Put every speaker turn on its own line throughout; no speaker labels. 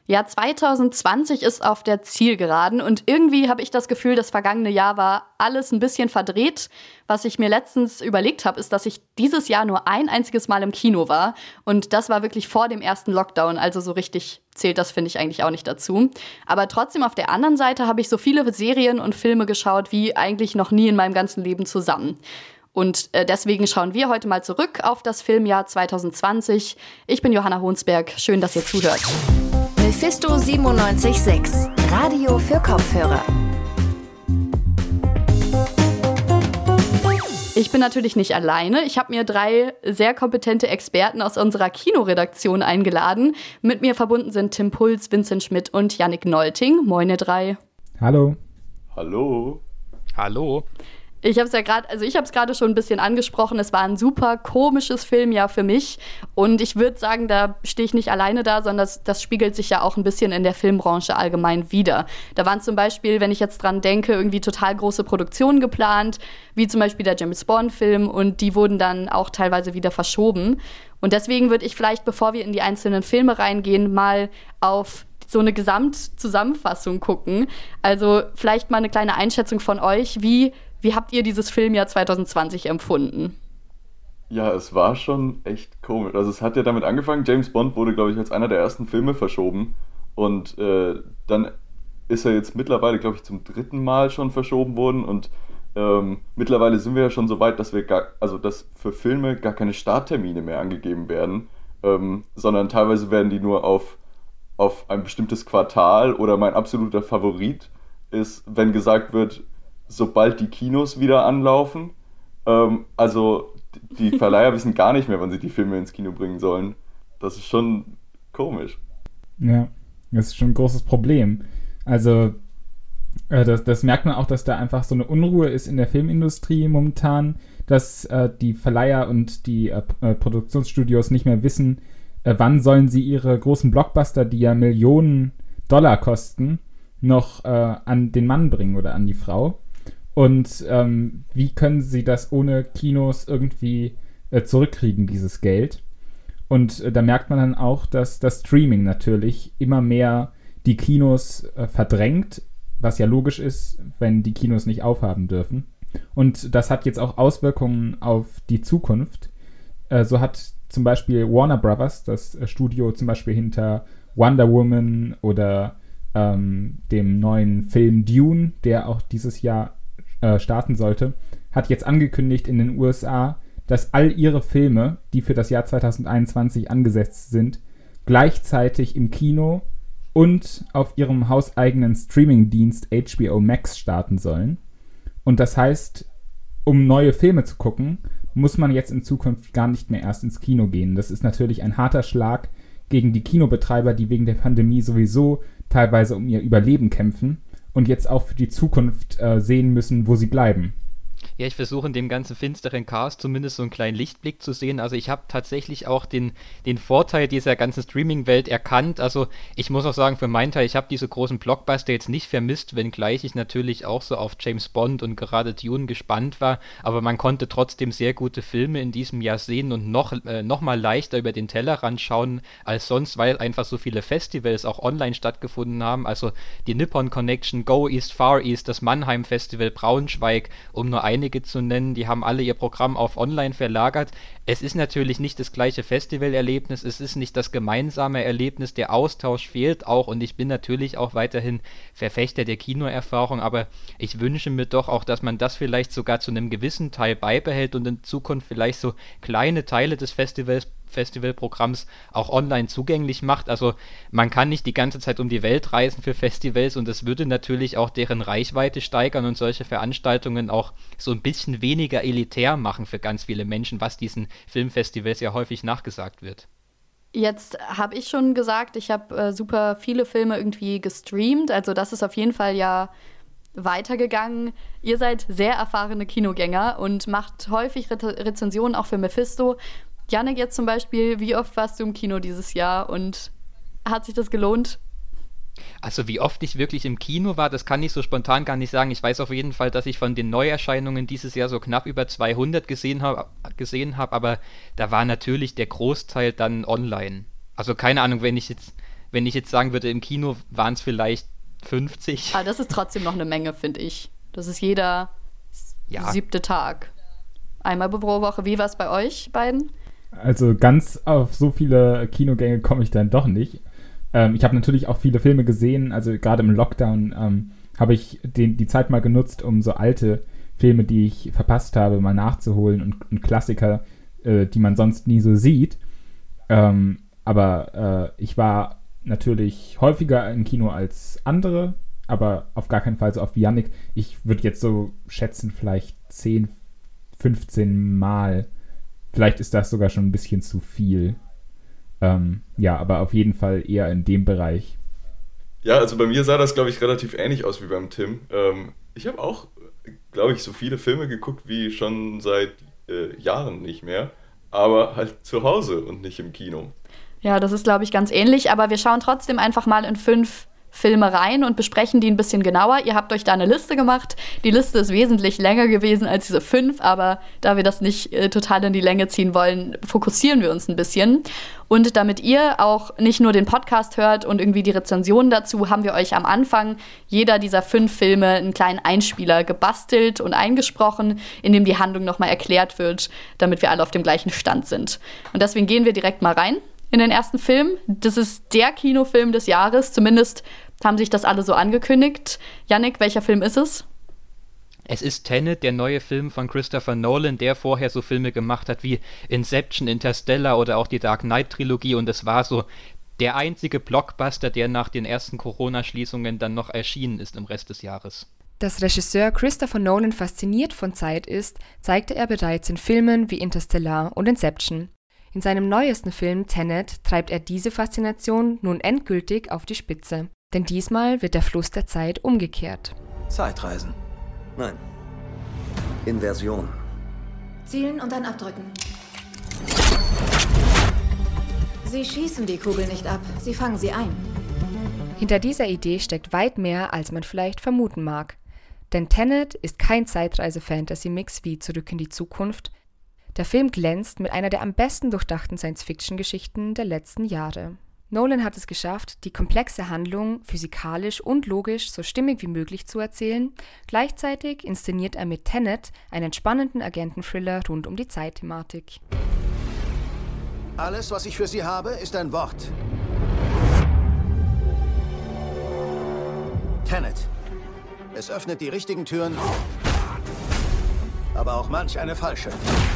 Ja, 2020 ist auf der Zielgeraden und irgendwie habe ich das Gefühl, das vergangene Jahr war alles ein bisschen verdreht. Was ich mir letztens überlegt habe, ist, dass ich dieses Jahr nur ein einziges Mal im Kino war und das war wirklich vor dem ersten Lockdown, also so richtig zählt das, finde ich, eigentlich auch nicht dazu. Aber trotzdem auf der anderen Seite habe ich so viele Serien und Filme geschaut wie eigentlich noch nie in meinem ganzen Leben zusammen. Und deswegen schauen wir heute mal zurück auf das Filmjahr 2020. Ich bin Johanna Honsberg, schön, dass ihr zuhört.
Mephisto 97.6, Radio für Kopfhörer.
Ich bin natürlich nicht alleine. Ich habe mir 3 sehr kompetente Experten aus unserer Kinoredaktion eingeladen. Mit mir verbunden sind Tim Puls, Vincent Schmidt und Yannick Nolting. Moin, ihr 3.
Hallo.
Hallo.
Hallo.
Ich habe es gerade schon ein bisschen angesprochen. Es war ein super komisches Filmjahr für mich. Und ich würde sagen, da stehe ich nicht alleine da, sondern das spiegelt sich ja auch ein bisschen in der Filmbranche allgemein wider. Da waren zum Beispiel, wenn ich jetzt dran denke, irgendwie total große Produktionen geplant, wie zum Beispiel der James Bond-Film. Und die wurden dann auch teilweise wieder verschoben. Und deswegen würde ich vielleicht, bevor wir in die einzelnen Filme reingehen, mal auf so eine Gesamtzusammenfassung gucken. Also vielleicht mal eine kleine Einschätzung von euch, Wie habt ihr dieses Filmjahr 2020 empfunden?
Ja, es war schon echt komisch. Also es hat ja damit angefangen, James Bond wurde, glaube ich, als einer der ersten Filme verschoben. Und dann ist er jetzt mittlerweile, glaube ich, zum 3. Mal schon verschoben worden. Und mittlerweile sind wir ja schon so weit, dass dass für Filme gar keine Starttermine mehr angegeben werden, sondern teilweise werden die nur auf ein bestimmtes Quartal, oder mein absoluter Favorit ist, wenn gesagt wird, sobald die Kinos wieder anlaufen. Also die Verleiher wissen gar nicht mehr, wann sie die Filme ins Kino bringen sollen. Das ist schon komisch.
Ja, das ist schon ein großes Problem. Also das merkt man auch, dass da einfach so eine Unruhe ist in der Filmindustrie momentan, dass die Verleiher und die Produktionsstudios nicht mehr wissen, wann sollen sie ihre großen Blockbuster, die ja Millionen Dollar kosten, noch an den Mann bringen oder an die Frau. Und wie können sie das ohne Kinos irgendwie zurückkriegen, dieses Geld? Und da merkt man dann auch, dass das Streaming natürlich immer mehr die Kinos verdrängt, was ja logisch ist, wenn die Kinos nicht aufhaben dürfen. Und das hat jetzt auch Auswirkungen auf die Zukunft. So hat zum Beispiel Warner Brothers, das Studio zum Beispiel hinter Wonder Woman oder dem neuen Film Dune, der auch dieses Jahr starten sollte, hat jetzt angekündigt in den USA, dass all ihre Filme, die für das Jahr 2021 angesetzt sind, gleichzeitig im Kino und auf ihrem hauseigenen Streamingdienst HBO Max starten sollen. Und das heißt, um neue Filme zu gucken, muss man jetzt in Zukunft gar nicht mehr erst ins Kino gehen. Das ist natürlich ein harter Schlag gegen die Kinobetreiber, die wegen der Pandemie sowieso teilweise um ihr Überleben kämpfen und jetzt auch für die Zukunft sehen müssen, wo sie bleiben.
Ja, ich versuche in dem ganzen finsteren Chaos zumindest so einen kleinen Lichtblick zu sehen. Also ich habe tatsächlich auch den Vorteil dieser ganzen Streaming-Welt erkannt. Also ich muss auch sagen, für meinen Teil, ich habe diese großen Blockbuster jetzt nicht vermisst, wenngleich ich natürlich auch so auf James Bond und gerade Dune gespannt war. Aber man konnte trotzdem sehr gute Filme in diesem Jahr sehen und noch mal leichter über den Tellerrand schauen als sonst, weil einfach so viele Festivals auch online stattgefunden haben. Also die Nippon Connection, Go East, Far East, das Mannheim Festival, Braunschweig, um nur einige zu nennen, die haben alle ihr Programm auf online verlagert. Es ist natürlich nicht das gleiche Festivalerlebnis, es ist nicht das gemeinsame Erlebnis, der Austausch fehlt auch und ich bin natürlich auch weiterhin Verfechter der Kinoerfahrung, aber ich wünsche mir doch auch, dass man das vielleicht sogar zu einem gewissen Teil beibehält und in Zukunft vielleicht so kleine Teile des Festivalprogramms auch online zugänglich macht. Also man kann nicht die ganze Zeit um die Welt reisen für Festivals und es würde natürlich auch deren Reichweite steigern und solche Veranstaltungen auch so ein bisschen weniger elitär machen für ganz viele Menschen, was diesen Filmfestivals ja häufig nachgesagt wird.
Jetzt habe ich schon gesagt, ich habe super viele Filme irgendwie gestreamt, also das ist auf jeden Fall ja weitergegangen. Ihr seid sehr erfahrene Kinogänger und macht häufig Rezensionen auch für Mephisto. Yannick jetzt zum Beispiel, wie oft warst du im Kino dieses Jahr und hat sich das gelohnt?
Also wie oft ich wirklich im Kino war, das kann ich so spontan gar nicht sagen. Ich weiß auf jeden Fall, dass ich von den Neuerscheinungen dieses Jahr so knapp über 200 gesehen habe, aber da war natürlich der Großteil dann online. Also keine Ahnung, wenn ich jetzt wenn ich jetzt sagen würde, im Kino waren es vielleicht 50.
Aber das ist trotzdem noch eine Menge, finde ich. Das ist jeder 7. Tag. Einmal pro Woche. Wie war es bei euch beiden?
Also ganz auf so viele Kinogänge komme ich dann doch nicht. Ich habe natürlich auch viele Filme gesehen, also gerade im Lockdown habe ich die Zeit mal genutzt, um so alte Filme, die ich verpasst habe, mal nachzuholen und Klassiker, die man sonst nie so sieht. Aber ich war natürlich häufiger im Kino als andere, aber auf gar keinen Fall so oft wie Yannick. Ich würde jetzt so schätzen, vielleicht 10, 15 Mal. Vielleicht ist das sogar schon ein bisschen zu viel. Ja, aber auf jeden Fall eher in dem Bereich.
Ja, also bei mir sah das, glaube ich, relativ ähnlich aus wie beim Tim. Ich habe auch, glaube ich, so viele Filme geguckt wie schon seit Jahren nicht mehr, aber halt zu Hause und nicht im Kino.
Ja, das ist, glaube ich, ganz ähnlich, aber wir schauen trotzdem einfach mal in 5 Filme rein und besprechen die ein bisschen genauer. Ihr habt euch da eine Liste gemacht. Die Liste ist wesentlich länger gewesen als diese 5, aber da wir das nicht total in die Länge ziehen wollen, fokussieren wir uns ein bisschen. Und damit ihr auch nicht nur den Podcast hört und irgendwie die Rezensionen dazu, haben wir euch am Anfang jeder dieser 5 Filme einen kleinen Einspieler gebastelt und eingesprochen, in dem die Handlung nochmal erklärt wird, damit wir alle auf dem gleichen Stand sind. Und deswegen gehen wir direkt mal rein in den ersten Film. Das ist der Kinofilm des Jahres. Zumindest haben sich das alle so angekündigt. Yannick, welcher Film ist es?
Es ist Tenet, der neue Film von Christopher Nolan, der vorher so Filme gemacht hat wie Inception, Interstellar oder auch die Dark Knight-Trilogie. Und es war so der einzige Blockbuster, der nach den ersten Corona-Schließungen dann noch erschienen ist im Rest des Jahres.
Dass Regisseur Christopher Nolan fasziniert von Zeit ist, zeigte er bereits in Filmen wie Interstellar und Inception. In seinem neuesten Film Tenet treibt er diese Faszination nun endgültig auf die Spitze. Denn diesmal wird der Fluss der Zeit umgekehrt.
Zeitreisen. Nein. Inversion.
Zielen und dann abdrücken. Sie schießen die Kugel nicht ab, sie fangen sie ein.
Hinter dieser Idee steckt weit mehr, als man vielleicht vermuten mag. Denn Tenet ist kein Zeitreise-Fantasy-Mix wie Zurück in die Zukunft. Der Film glänzt mit einer der am besten durchdachten Science-Fiction-Geschichten der letzten Jahre. Nolan hat es geschafft, die komplexe Handlung physikalisch und logisch so stimmig wie möglich zu erzählen. Gleichzeitig inszeniert er mit Tenet einen spannenden Agenten-Thriller rund um die Zeitthematik.
Alles, was ich für Sie habe, ist ein Wort. Tenet. Es öffnet die richtigen Türen, aber auch manch eine falsche.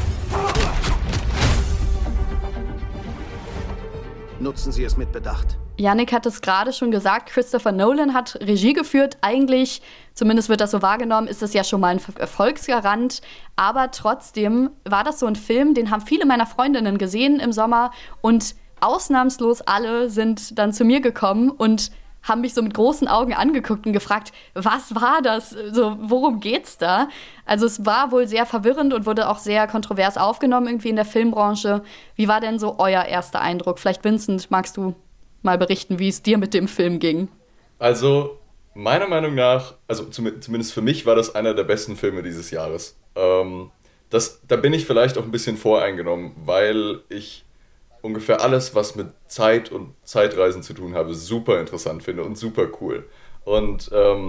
Nutzen Sie es mit Bedacht.
Yannick hat es gerade schon gesagt, Christopher Nolan hat Regie geführt. Eigentlich, zumindest wird das so wahrgenommen, ist es ja schon mal ein Erfolgsgarant. Aber trotzdem war das so ein Film, den haben viele meiner Freundinnen gesehen im Sommer. Und ausnahmslos alle sind dann zu mir gekommen und haben mich so mit großen Augen angeguckt und gefragt, was war das? So, worum geht's da? Also es war wohl sehr verwirrend und wurde auch sehr kontrovers aufgenommen irgendwie in der Filmbranche. Wie war denn so euer erster Eindruck? Vielleicht, Vincent, magst du mal berichten, wie es dir mit dem Film ging?
Also, meiner Meinung nach, also zumindest für mich, war das einer der besten Filme dieses Jahres. Da bin ich vielleicht auch ein bisschen voreingenommen, weil ich ungefähr alles, was mit Zeit und Zeitreisen zu tun habe, super interessant finde und super cool. Und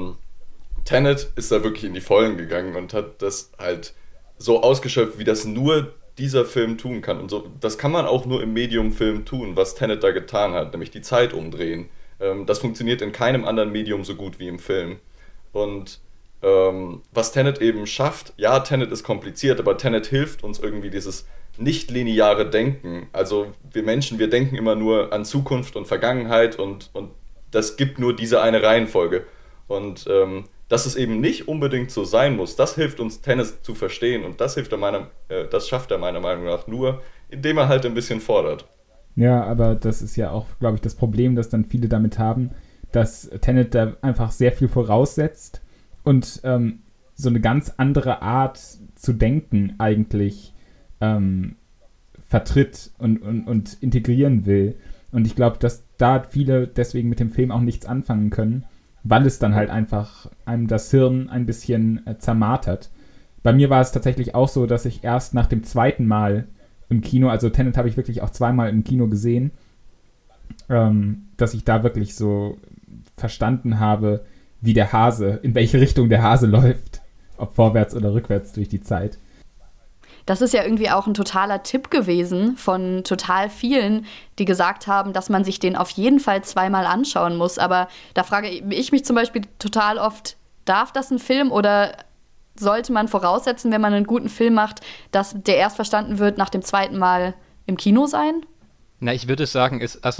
Tenet ist da wirklich in die Vollen gegangen und hat das halt so ausgeschöpft, wie das nur dieser Film tun kann. Und so, das kann man auch nur im Medium-Film tun, was Tenet da getan hat, nämlich die Zeit umdrehen. Das funktioniert in keinem anderen Medium so gut wie im Film. Und was Tenet eben schafft, ja, Tenet ist kompliziert, aber Tenet hilft uns irgendwie dieses nicht-lineare Denken. Also wir Menschen, wir denken immer nur an Zukunft und Vergangenheit und das gibt nur diese eine Reihenfolge. Und dass es eben nicht unbedingt so sein muss, das hilft uns, Tenet zu verstehen und das schafft er meiner Meinung nach nur, indem er halt ein bisschen fordert.
Ja, aber das ist ja auch, glaube ich, das Problem, das dann viele damit haben, dass Tenet da einfach sehr viel voraussetzt und so eine ganz andere Art zu denken eigentlich vertritt und integrieren will. Und ich glaube, dass da viele deswegen mit dem Film auch nichts anfangen können, weil es dann halt einfach einem das Hirn ein bisschen zermartert. Bei mir war es tatsächlich auch so, dass ich erst nach dem zweiten Mal im Kino, also Tenet habe ich wirklich auch zweimal im Kino gesehen, dass ich da wirklich so verstanden habe, wie der Hase, in welche Richtung der Hase läuft, ob vorwärts oder rückwärts durch die Zeit.
Das ist ja irgendwie auch ein totaler Tipp gewesen von total vielen, die gesagt haben, dass man sich den auf jeden Fall zweimal anschauen muss. Aber da frage ich mich zum Beispiel total oft, darf das ein Film oder sollte man voraussetzen, wenn man einen guten Film macht, dass der erst verstanden wird nach dem zweiten Mal im Kino sein?
Na, ich würde sagen,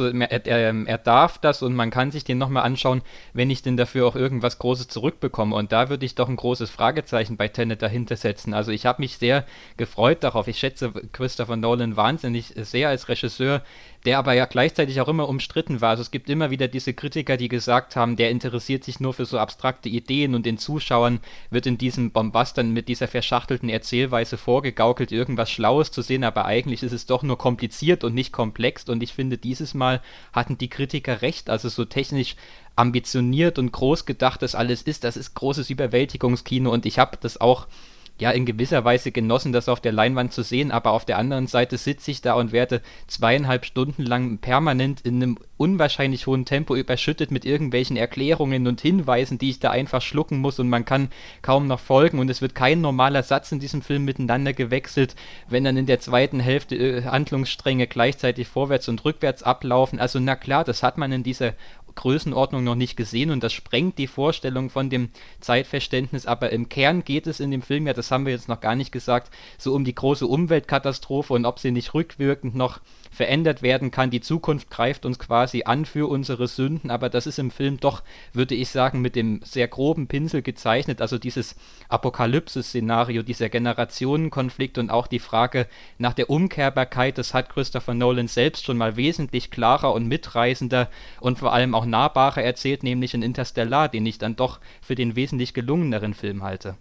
er darf das und man kann sich den nochmal anschauen, wenn ich denn dafür auch irgendwas Großes zurückbekomme. Und da würde ich doch ein großes Fragezeichen bei Tenet dahinter setzen. Also ich habe mich sehr gefreut darauf. Ich schätze Christopher Nolan wahnsinnig sehr als Regisseur, der aber ja gleichzeitig auch immer umstritten war. Also es gibt immer wieder diese Kritiker, die gesagt haben, der interessiert sich nur für so abstrakte Ideen und den Zuschauern wird in diesem Bombast dann mit dieser verschachtelten Erzählweise vorgegaukelt, irgendwas Schlaues zu sehen, aber eigentlich ist es doch nur kompliziert und nicht komplex. Und ich finde, dieses Mal hatten die Kritiker recht, also so technisch ambitioniert und groß gedacht das alles ist, das ist großes Überwältigungskino und ich habe das auch ja in gewisser Weise genossen, das auf der Leinwand zu sehen, aber auf der anderen Seite sitze ich da und werde 2,5 Stunden lang permanent in einem unwahrscheinlich hohen Tempo überschüttet mit irgendwelchen Erklärungen und Hinweisen, die ich da einfach schlucken muss und man kann kaum noch folgen und es wird kein normaler Satz in diesem Film miteinander gewechselt, wenn dann in der zweiten Hälfte Handlungsstränge gleichzeitig vorwärts und rückwärts ablaufen. Also na klar, das hat man in dieser Größenordnung noch nicht gesehen und das sprengt die Vorstellung von dem Zeitverständnis, aber im Kern geht es in dem Film, ja das haben wir jetzt noch gar nicht gesagt, so um die große Umweltkatastrophe und ob sie nicht rückwirkend noch verändert werden kann. Die Zukunft greift uns quasi an für unsere Sünden, aber das ist im Film doch, würde ich sagen, mit dem sehr groben Pinsel gezeichnet, also dieses Apokalypse-Szenario, dieser Generationenkonflikt und auch die Frage nach der Umkehrbarkeit, das hat Christopher Nolan selbst schon mal wesentlich klarer und mitreißender und vor allem auch nahbarer erzählt, nämlich in Interstellar, den ich dann doch für den wesentlich gelungeneren Film halte.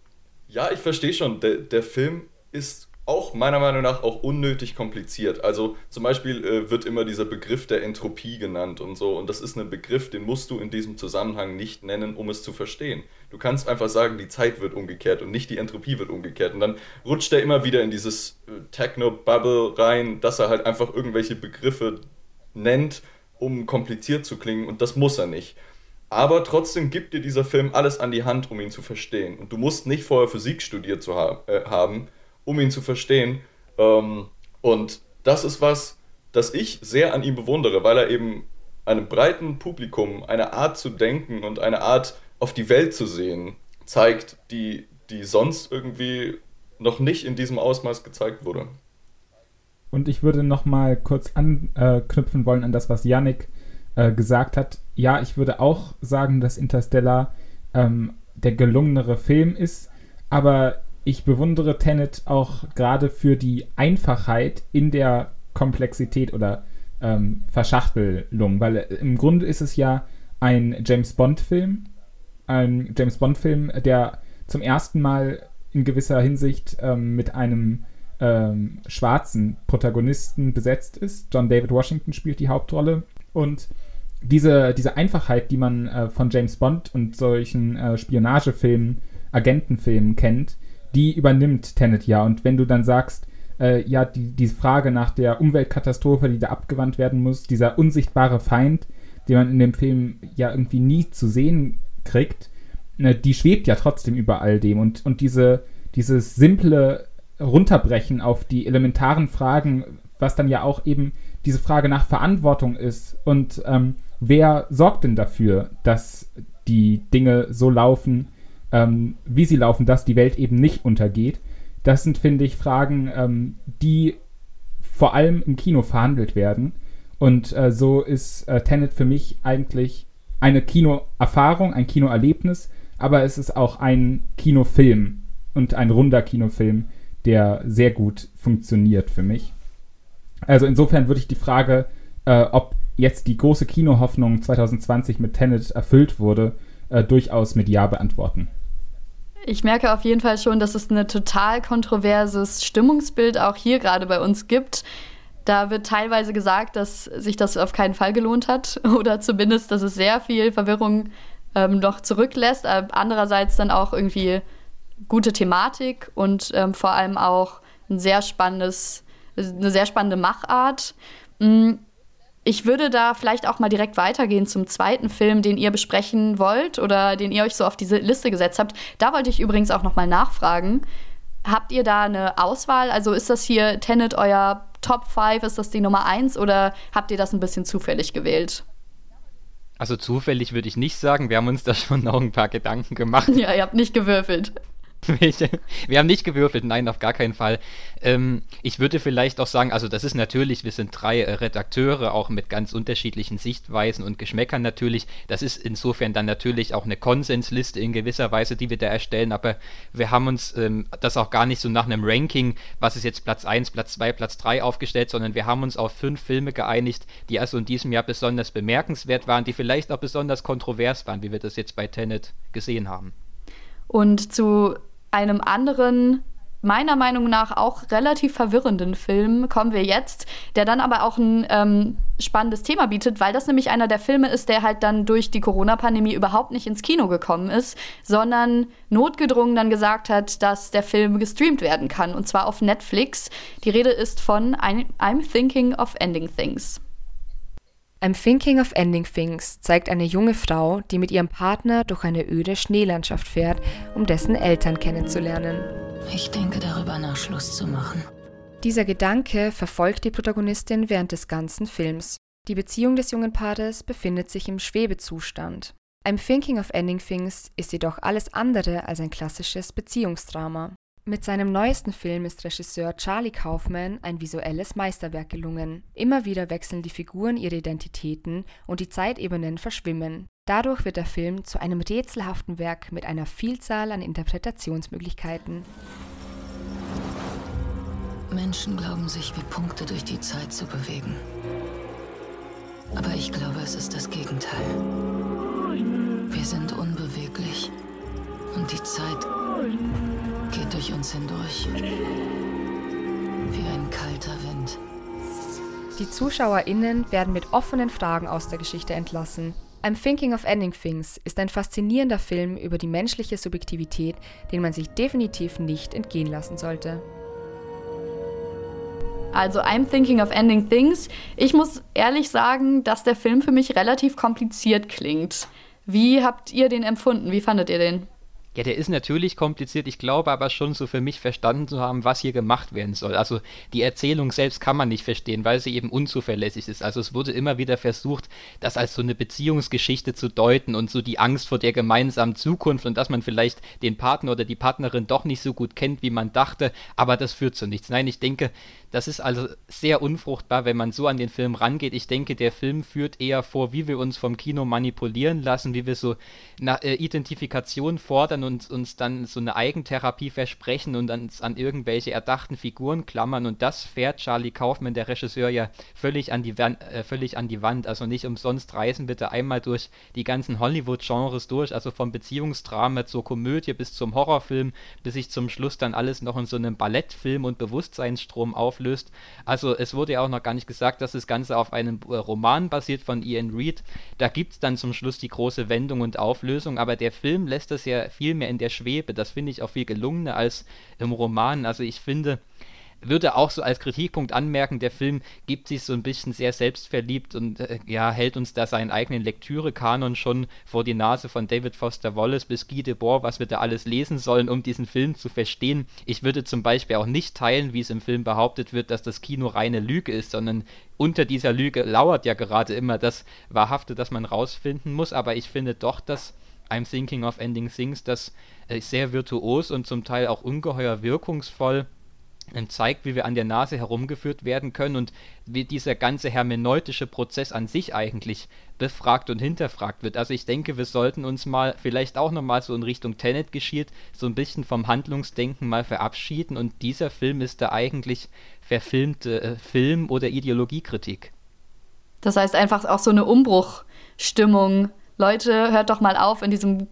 Ja, ich verstehe schon. Der Film ist auch meiner Meinung nach auch unnötig kompliziert. Also zum Beispiel wird immer dieser Begriff der Entropie genannt und so. Und das ist ein Begriff, den musst du in diesem Zusammenhang nicht nennen, um es zu verstehen. Du kannst einfach sagen, die Zeit wird umgekehrt und nicht die Entropie wird umgekehrt. Und dann rutscht er immer wieder in dieses Techno-Bubble rein, dass er halt einfach irgendwelche Begriffe nennt, um kompliziert zu klingen. Und das muss er nicht. Aber trotzdem gibt dir dieser Film alles an die Hand, um ihn zu verstehen. Und du musst nicht vorher Physik studiert zu haben, um ihn zu verstehen. Und das ist was, das ich sehr an ihm bewundere, weil er eben einem breiten Publikum eine Art zu denken und eine Art auf die Welt zu sehen zeigt, die sonst irgendwie noch nicht in diesem Ausmaß gezeigt wurde.
Und ich würde noch mal kurz anknüpfen wollen an das, was Yannick gesagt hat. Ja, ich würde auch sagen, dass Interstellar der gelungenere Film ist, aber ich bewundere Tenet auch gerade für die Einfachheit in der Komplexität oder Verschachtelung, weil im Grunde ist es ja ein James-Bond-Film, der zum ersten Mal in gewisser Hinsicht mit einem schwarzen Protagonisten besetzt ist. John David Washington spielt die Hauptrolle und diese Einfachheit, die man von James Bond und solchen Spionagefilmen, Agentenfilmen kennt, die übernimmt Tenet ja. Und wenn du dann sagst, diese Frage nach der Umweltkatastrophe, die da abgewandt werden muss, dieser unsichtbare Feind, den man in dem Film ja irgendwie nie zu sehen kriegt, die schwebt ja trotzdem über all dem. Und dieses simple Runterbrechen auf die elementaren Fragen, was dann ja auch eben diese Frage nach Verantwortung ist und wer sorgt denn dafür, dass die Dinge so laufen, wie sie laufen, dass die Welt eben nicht untergeht. Das sind, finde ich, Fragen, die vor allem im Kino verhandelt werden. Und so ist Tenet für mich eigentlich eine Kinoerfahrung, ein Kinoerlebnis, aber es ist auch ein Kinofilm und ein runder Kinofilm, der sehr gut funktioniert für mich. Also insofern würde ich die Frage, ob jetzt die große Kinohoffnung 2020 mit Tenet erfüllt wurde, durchaus mit Ja beantworten.
Ich merke auf jeden Fall schon, dass es ein total kontroverses Stimmungsbild auch hier gerade bei uns gibt. Da wird teilweise gesagt, dass sich das auf keinen Fall gelohnt hat oder zumindest, dass es sehr viel Verwirrung noch zurücklässt. Andererseits dann auch irgendwie gute Thematik und vor allem auch eine sehr spannende Machart. Ich würde da vielleicht auch mal direkt weitergehen zum zweiten Film, den ihr besprechen wollt oder den ihr euch so auf diese Liste gesetzt habt. Da wollte ich übrigens auch noch mal nachfragen. Habt ihr da eine Auswahl? Also ist das hier Tenet euer Top 5? Ist das die Nummer 1 oder habt ihr das ein bisschen zufällig gewählt?
Also zufällig würde ich nicht sagen. Wir haben uns da schon noch ein paar Gedanken gemacht.
Ja, ihr habt nicht gewürfelt.
Wir haben nicht gewürfelt, nein, auf gar keinen Fall. Ich würde vielleicht auch sagen, also das ist natürlich, wir sind 3 Redakteure, auch mit ganz unterschiedlichen Sichtweisen und Geschmäckern natürlich. Das ist insofern dann natürlich auch eine Konsensliste in gewisser Weise, die wir da erstellen, aber wir haben uns das auch gar nicht so nach einem Ranking, was ist jetzt Platz 1, Platz 2, Platz 3 aufgestellt, sondern wir haben uns auf 5 Filme geeinigt, die also in diesem Jahr besonders bemerkenswert waren, die vielleicht auch besonders kontrovers waren, wie wir das jetzt bei Tenet gesehen haben.
Und zu einem anderen, meiner Meinung nach auch relativ verwirrenden Film kommen wir jetzt, der dann aber auch ein spannendes Thema bietet, weil das nämlich einer der Filme ist, der halt dann durch die Corona-Pandemie überhaupt nicht ins Kino gekommen ist, sondern notgedrungen dann gesagt hat, dass der Film gestreamt werden kann, und zwar auf Netflix. Die Rede ist von I'm Thinking of Ending Things.
I'm Thinking of Ending Things zeigt eine junge Frau, die mit ihrem Partner durch eine öde Schneelandschaft fährt, um dessen Eltern kennenzulernen.
Ich denke darüber nach, Schluss zu machen.
Dieser Gedanke verfolgt die Protagonistin während des ganzen Films. Die Beziehung des jungen Paares befindet sich im Schwebezustand. I'm Thinking of Ending Things ist jedoch alles andere als ein klassisches Beziehungsdrama. Mit seinem neuesten Film ist Regisseur Charlie Kaufman ein visuelles Meisterwerk gelungen. Immer wieder wechseln die Figuren ihre Identitäten und die Zeitebenen verschwimmen. Dadurch wird der Film zu einem rätselhaften Werk mit einer Vielzahl an Interpretationsmöglichkeiten.
Menschen glauben, sich wie Punkte durch die Zeit zu bewegen. Aber ich glaube, es ist das Gegenteil. Wir sind unbeweglich und die Zeit geht durch uns hindurch, wie ein kalter Wind.
Die ZuschauerInnen werden mit offenen Fragen aus der Geschichte entlassen. I'm Thinking of Ending Things ist ein faszinierender Film über die menschliche Subjektivität, den man sich definitiv nicht entgehen lassen sollte.
Also I'm Thinking of Ending Things. Ich muss ehrlich sagen, dass der Film für mich relativ kompliziert klingt. Wie habt ihr den empfunden? Wie fandet ihr den?
Ja, der ist natürlich kompliziert, ich glaube aber schon so für mich verstanden zu haben, was hier gemacht werden soll. Also die Erzählung selbst kann man nicht verstehen, weil sie eben unzuverlässig ist. Also es wurde immer wieder versucht, das als so eine Beziehungsgeschichte zu deuten und so die Angst vor der gemeinsamen Zukunft und dass man vielleicht den Partner oder die Partnerin doch nicht so gut kennt, wie man dachte, aber das führt zu nichts. Nein, ich denke, das ist also sehr unfruchtbar, wenn man so an den Film rangeht. Ich denke, der Film führt eher vor, wie wir uns vom Kino manipulieren lassen, wie wir so Identifikation fordern und uns dann so eine Eigentherapie versprechen und dann an irgendwelche erdachten Figuren klammern. Und das fährt Charlie Kaufman, der Regisseur, ja völlig an die Wand. Also nicht umsonst reisen wir da einmal durch die ganzen Hollywood-Genres durch, also vom Beziehungsdrama zur Komödie bis zum Horrorfilm, bis sich zum Schluss dann alles noch in so einem Ballettfilm und Bewusstseinsstrom auflöst. Also es wurde ja auch noch gar nicht gesagt, dass das Ganze auf einem Roman basiert von Ian Reid. Da gibt es dann zum Schluss die große Wendung und Auflösung, aber der Film lässt das ja viel mehr in der Schwebe. Das finde ich auch viel gelungener als im Roman. Also ich finde, würde auch so als Kritikpunkt anmerken, der Film gibt sich so ein bisschen sehr selbstverliebt und hält uns da seinen eigenen Lektüre-Kanon schon vor die Nase, von David Foster Wallace bis Guy Debord, was wir da alles lesen sollen, um diesen Film zu verstehen. Ich würde zum Beispiel auch nicht teilen, wie es im Film behauptet wird, dass das Kino reine Lüge ist, sondern unter dieser Lüge lauert ja gerade immer das Wahrhafte, das man rausfinden muss, aber ich finde doch, dass I'm Thinking of Ending Things das sehr virtuos und zum Teil auch ungeheuer wirkungsvoll zeigt, wie wir an der Nase herumgeführt werden können und wie dieser ganze hermeneutische Prozess an sich eigentlich befragt und hinterfragt wird. Also ich denke, wir sollten uns mal vielleicht auch nochmal so in Richtung Tenet geschielt so ein bisschen vom Handlungsdenken mal verabschieden und dieser Film ist da eigentlich verfilmte Film- oder Ideologiekritik.
Das heißt einfach auch so eine Umbruchstimmung. Leute, hört doch mal auf, in diesem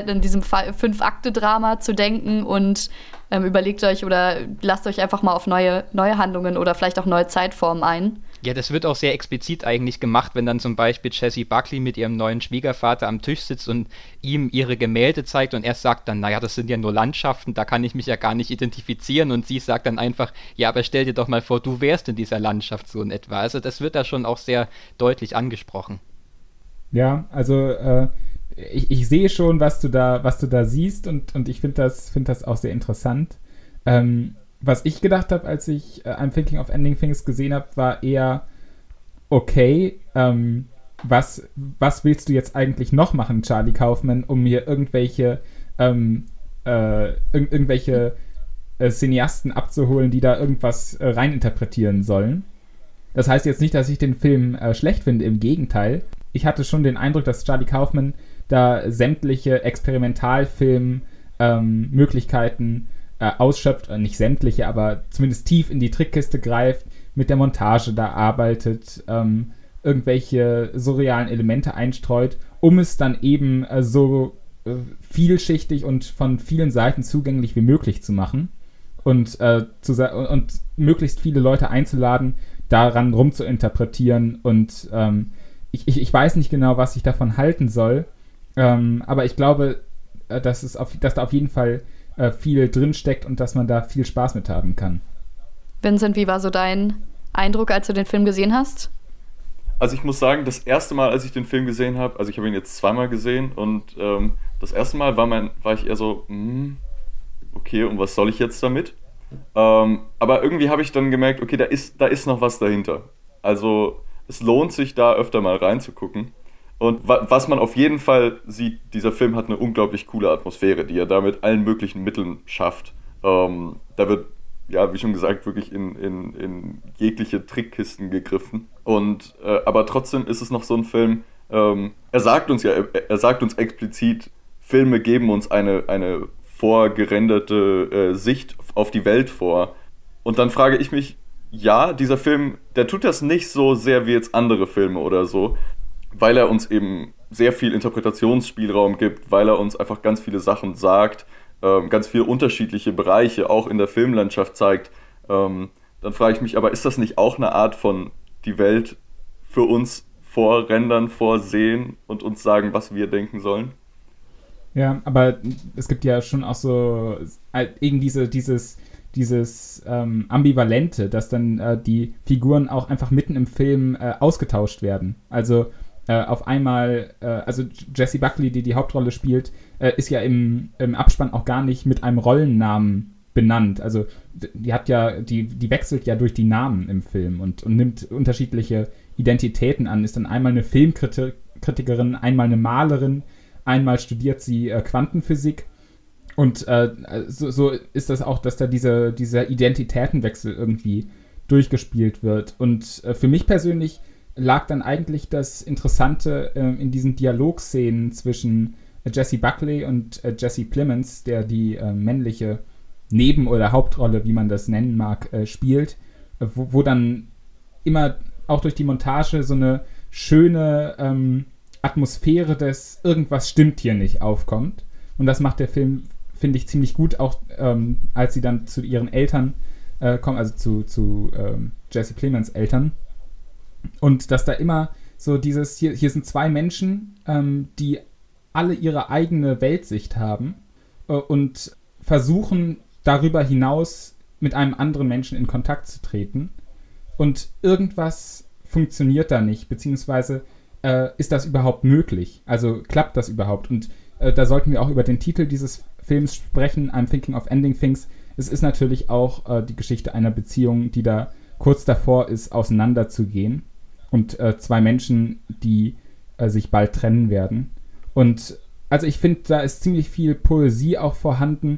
5-Akte-Drama zu denken und überlegt euch oder lasst euch einfach mal auf neue Handlungen oder vielleicht auch neue Zeitformen ein.
Ja, das wird auch sehr explizit eigentlich gemacht, wenn dann zum Beispiel Jessie Buckley mit ihrem neuen Schwiegervater am Tisch sitzt und ihm ihre Gemälde zeigt und er sagt dann, naja, das sind ja nur Landschaften, da kann ich mich ja gar nicht identifizieren und sie sagt dann einfach, ja, aber stell dir doch mal vor, du wärst in dieser Landschaft so in etwa. Also das wird da schon auch sehr deutlich angesprochen.
Ja, also ich sehe schon, was du da siehst und ich finde das auch sehr interessant. Was ich gedacht habe, als ich I'm Thinking of Ending Things gesehen habe, war eher, okay, was willst du jetzt eigentlich noch machen, Charlie Kaufman, um mir irgendwelche Cineasten abzuholen, die da irgendwas reininterpretieren sollen. Das heißt jetzt nicht, dass ich den Film schlecht finde, im Gegenteil. Ich hatte schon den Eindruck, dass Charlie Kaufman da sämtliche Experimentalfilm-Möglichkeiten ausschöpft, nicht sämtliche, aber zumindest tief in die Trickkiste greift, mit der Montage da arbeitet, irgendwelche surrealen Elemente einstreut, um es dann eben so vielschichtig und von vielen Seiten zugänglich wie möglich zu machen und möglichst viele Leute einzuladen, daran rumzuinterpretieren und ich weiß nicht genau, was ich davon halten soll, aber ich glaube, dass da auf jeden Fall viel drinsteckt und dass man da viel Spaß mit haben kann.
Vincent, wie war so dein Eindruck, als du den Film gesehen hast?
Also ich muss sagen, das erste Mal, als ich den Film gesehen habe, also ich habe ihn jetzt zweimal gesehen und das erste Mal war ich eher so, okay, und was soll ich jetzt damit? Aber irgendwie habe ich dann gemerkt, okay, da ist noch was dahinter. Also es lohnt sich da öfter mal reinzugucken. Und was man auf jeden Fall sieht, dieser Film hat eine unglaublich coole Atmosphäre, die er da mit allen möglichen Mitteln schafft. Da wird, ja, wie schon gesagt, wirklich in jegliche Trickkisten gegriffen. Und aber trotzdem ist es noch so ein Film, er sagt uns explizit, Filme geben uns eine vorgerenderte Sicht auf die Welt vor. Und dann frage ich mich, ja, dieser Film, der tut das nicht so sehr wie jetzt andere Filme oder so, weil er uns eben sehr viel Interpretationsspielraum gibt, weil er uns einfach ganz viele Sachen sagt, ganz viele unterschiedliche Bereiche auch in der Filmlandschaft zeigt. Dann frage ich mich, aber ist das nicht auch eine Art von die Welt für uns vorrendern, vorsehen und uns sagen, was wir denken sollen?
Ja, aber es gibt ja schon auch so eben dieses Ambivalente, dass dann die Figuren auch einfach mitten im Film ausgetauscht werden. Also auf einmal, also Jessie Buckley, die Hauptrolle spielt, ist ja im Abspann auch gar nicht mit einem Rollennamen benannt. Also die wechselt ja durch die Namen im Film und nimmt unterschiedliche Identitäten an. Ist dann einmal eine Filmkritikerin, einmal eine Malerin, einmal studiert sie Quantenphysik. Und so ist das auch, dass da dieser Identitätenwechsel irgendwie durchgespielt wird. Und für mich persönlich lag dann eigentlich das Interessante in diesen Dialogszenen zwischen Jessie Buckley und Jesse Plemons, der die männliche Neben- oder Hauptrolle, wie man das nennen mag, spielt, wo dann immer auch durch die Montage so eine schöne Atmosphäre des Irgendwas stimmt hier nicht aufkommt. Und das macht der Film, finde ich, ziemlich gut, auch als sie dann zu ihren Eltern kommen, also zu Jesse Plemons Eltern. Und dass da immer so dieses, hier sind zwei Menschen, die alle ihre eigene Weltsicht haben und versuchen darüber hinaus mit einem anderen Menschen in Kontakt zu treten. Und irgendwas funktioniert da nicht, beziehungsweise ist das überhaupt möglich? Also klappt das überhaupt? Und da sollten wir auch über den Titel dieses Films sprechen, I'm Thinking of Ending Things. Es ist natürlich auch die Geschichte einer Beziehung, die da kurz davor ist, auseinanderzugehen. Und zwei Menschen, die sich bald trennen werden. Und also ich finde, da ist ziemlich viel Poesie auch vorhanden.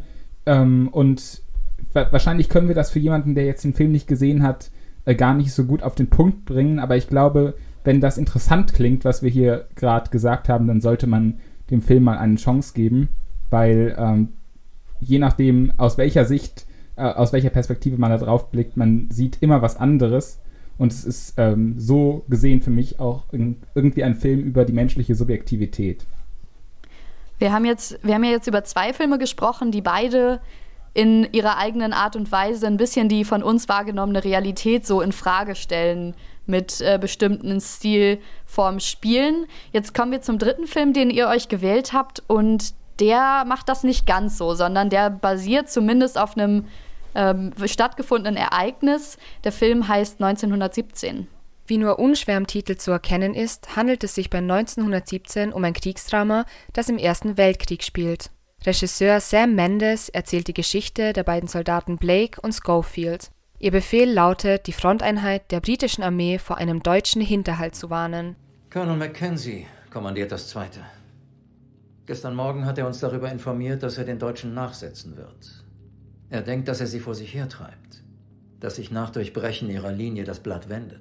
Und wahrscheinlich können wir das für jemanden, der jetzt den Film nicht gesehen hat, gar nicht so gut auf den Punkt bringen. Aber ich glaube, wenn das interessant klingt, was wir hier gerade gesagt haben, dann sollte man dem Film mal eine Chance geben. Weil je nachdem, aus welcher Sicht, aus welcher Perspektive man da drauf blickt, man sieht immer was anderes. Und es ist so gesehen für mich auch irgendwie ein Film über die menschliche Subjektivität.
Wir haben ja jetzt über zwei Filme gesprochen, die beide in ihrer eigenen Art und Weise ein bisschen die von uns wahrgenommene Realität so in Frage stellen mit bestimmten Stilformen spielen. Jetzt kommen wir zum dritten Film, den ihr euch gewählt habt, und der macht das nicht ganz so, sondern der basiert zumindest auf einem stattgefundenen Ereignis. Der Film heißt 1917.
Wie nur unschwer im Titel zu erkennen ist, handelt es sich bei 1917 um ein Kriegsdrama, das im Ersten Weltkrieg spielt. Regisseur Sam Mendes erzählt die Geschichte der beiden Soldaten Blake und Schofield. Ihr Befehl lautet, die Fronteinheit der britischen Armee vor einem deutschen Hinterhalt zu warnen.
Colonel Mackenzie kommandiert das Zweite. Gestern Morgen hat er uns darüber informiert, dass er den Deutschen nachsetzen wird. Er denkt, dass er sie vor sich hertreibt, dass sich nach Durchbrechen ihrer Linie das Blatt wendet.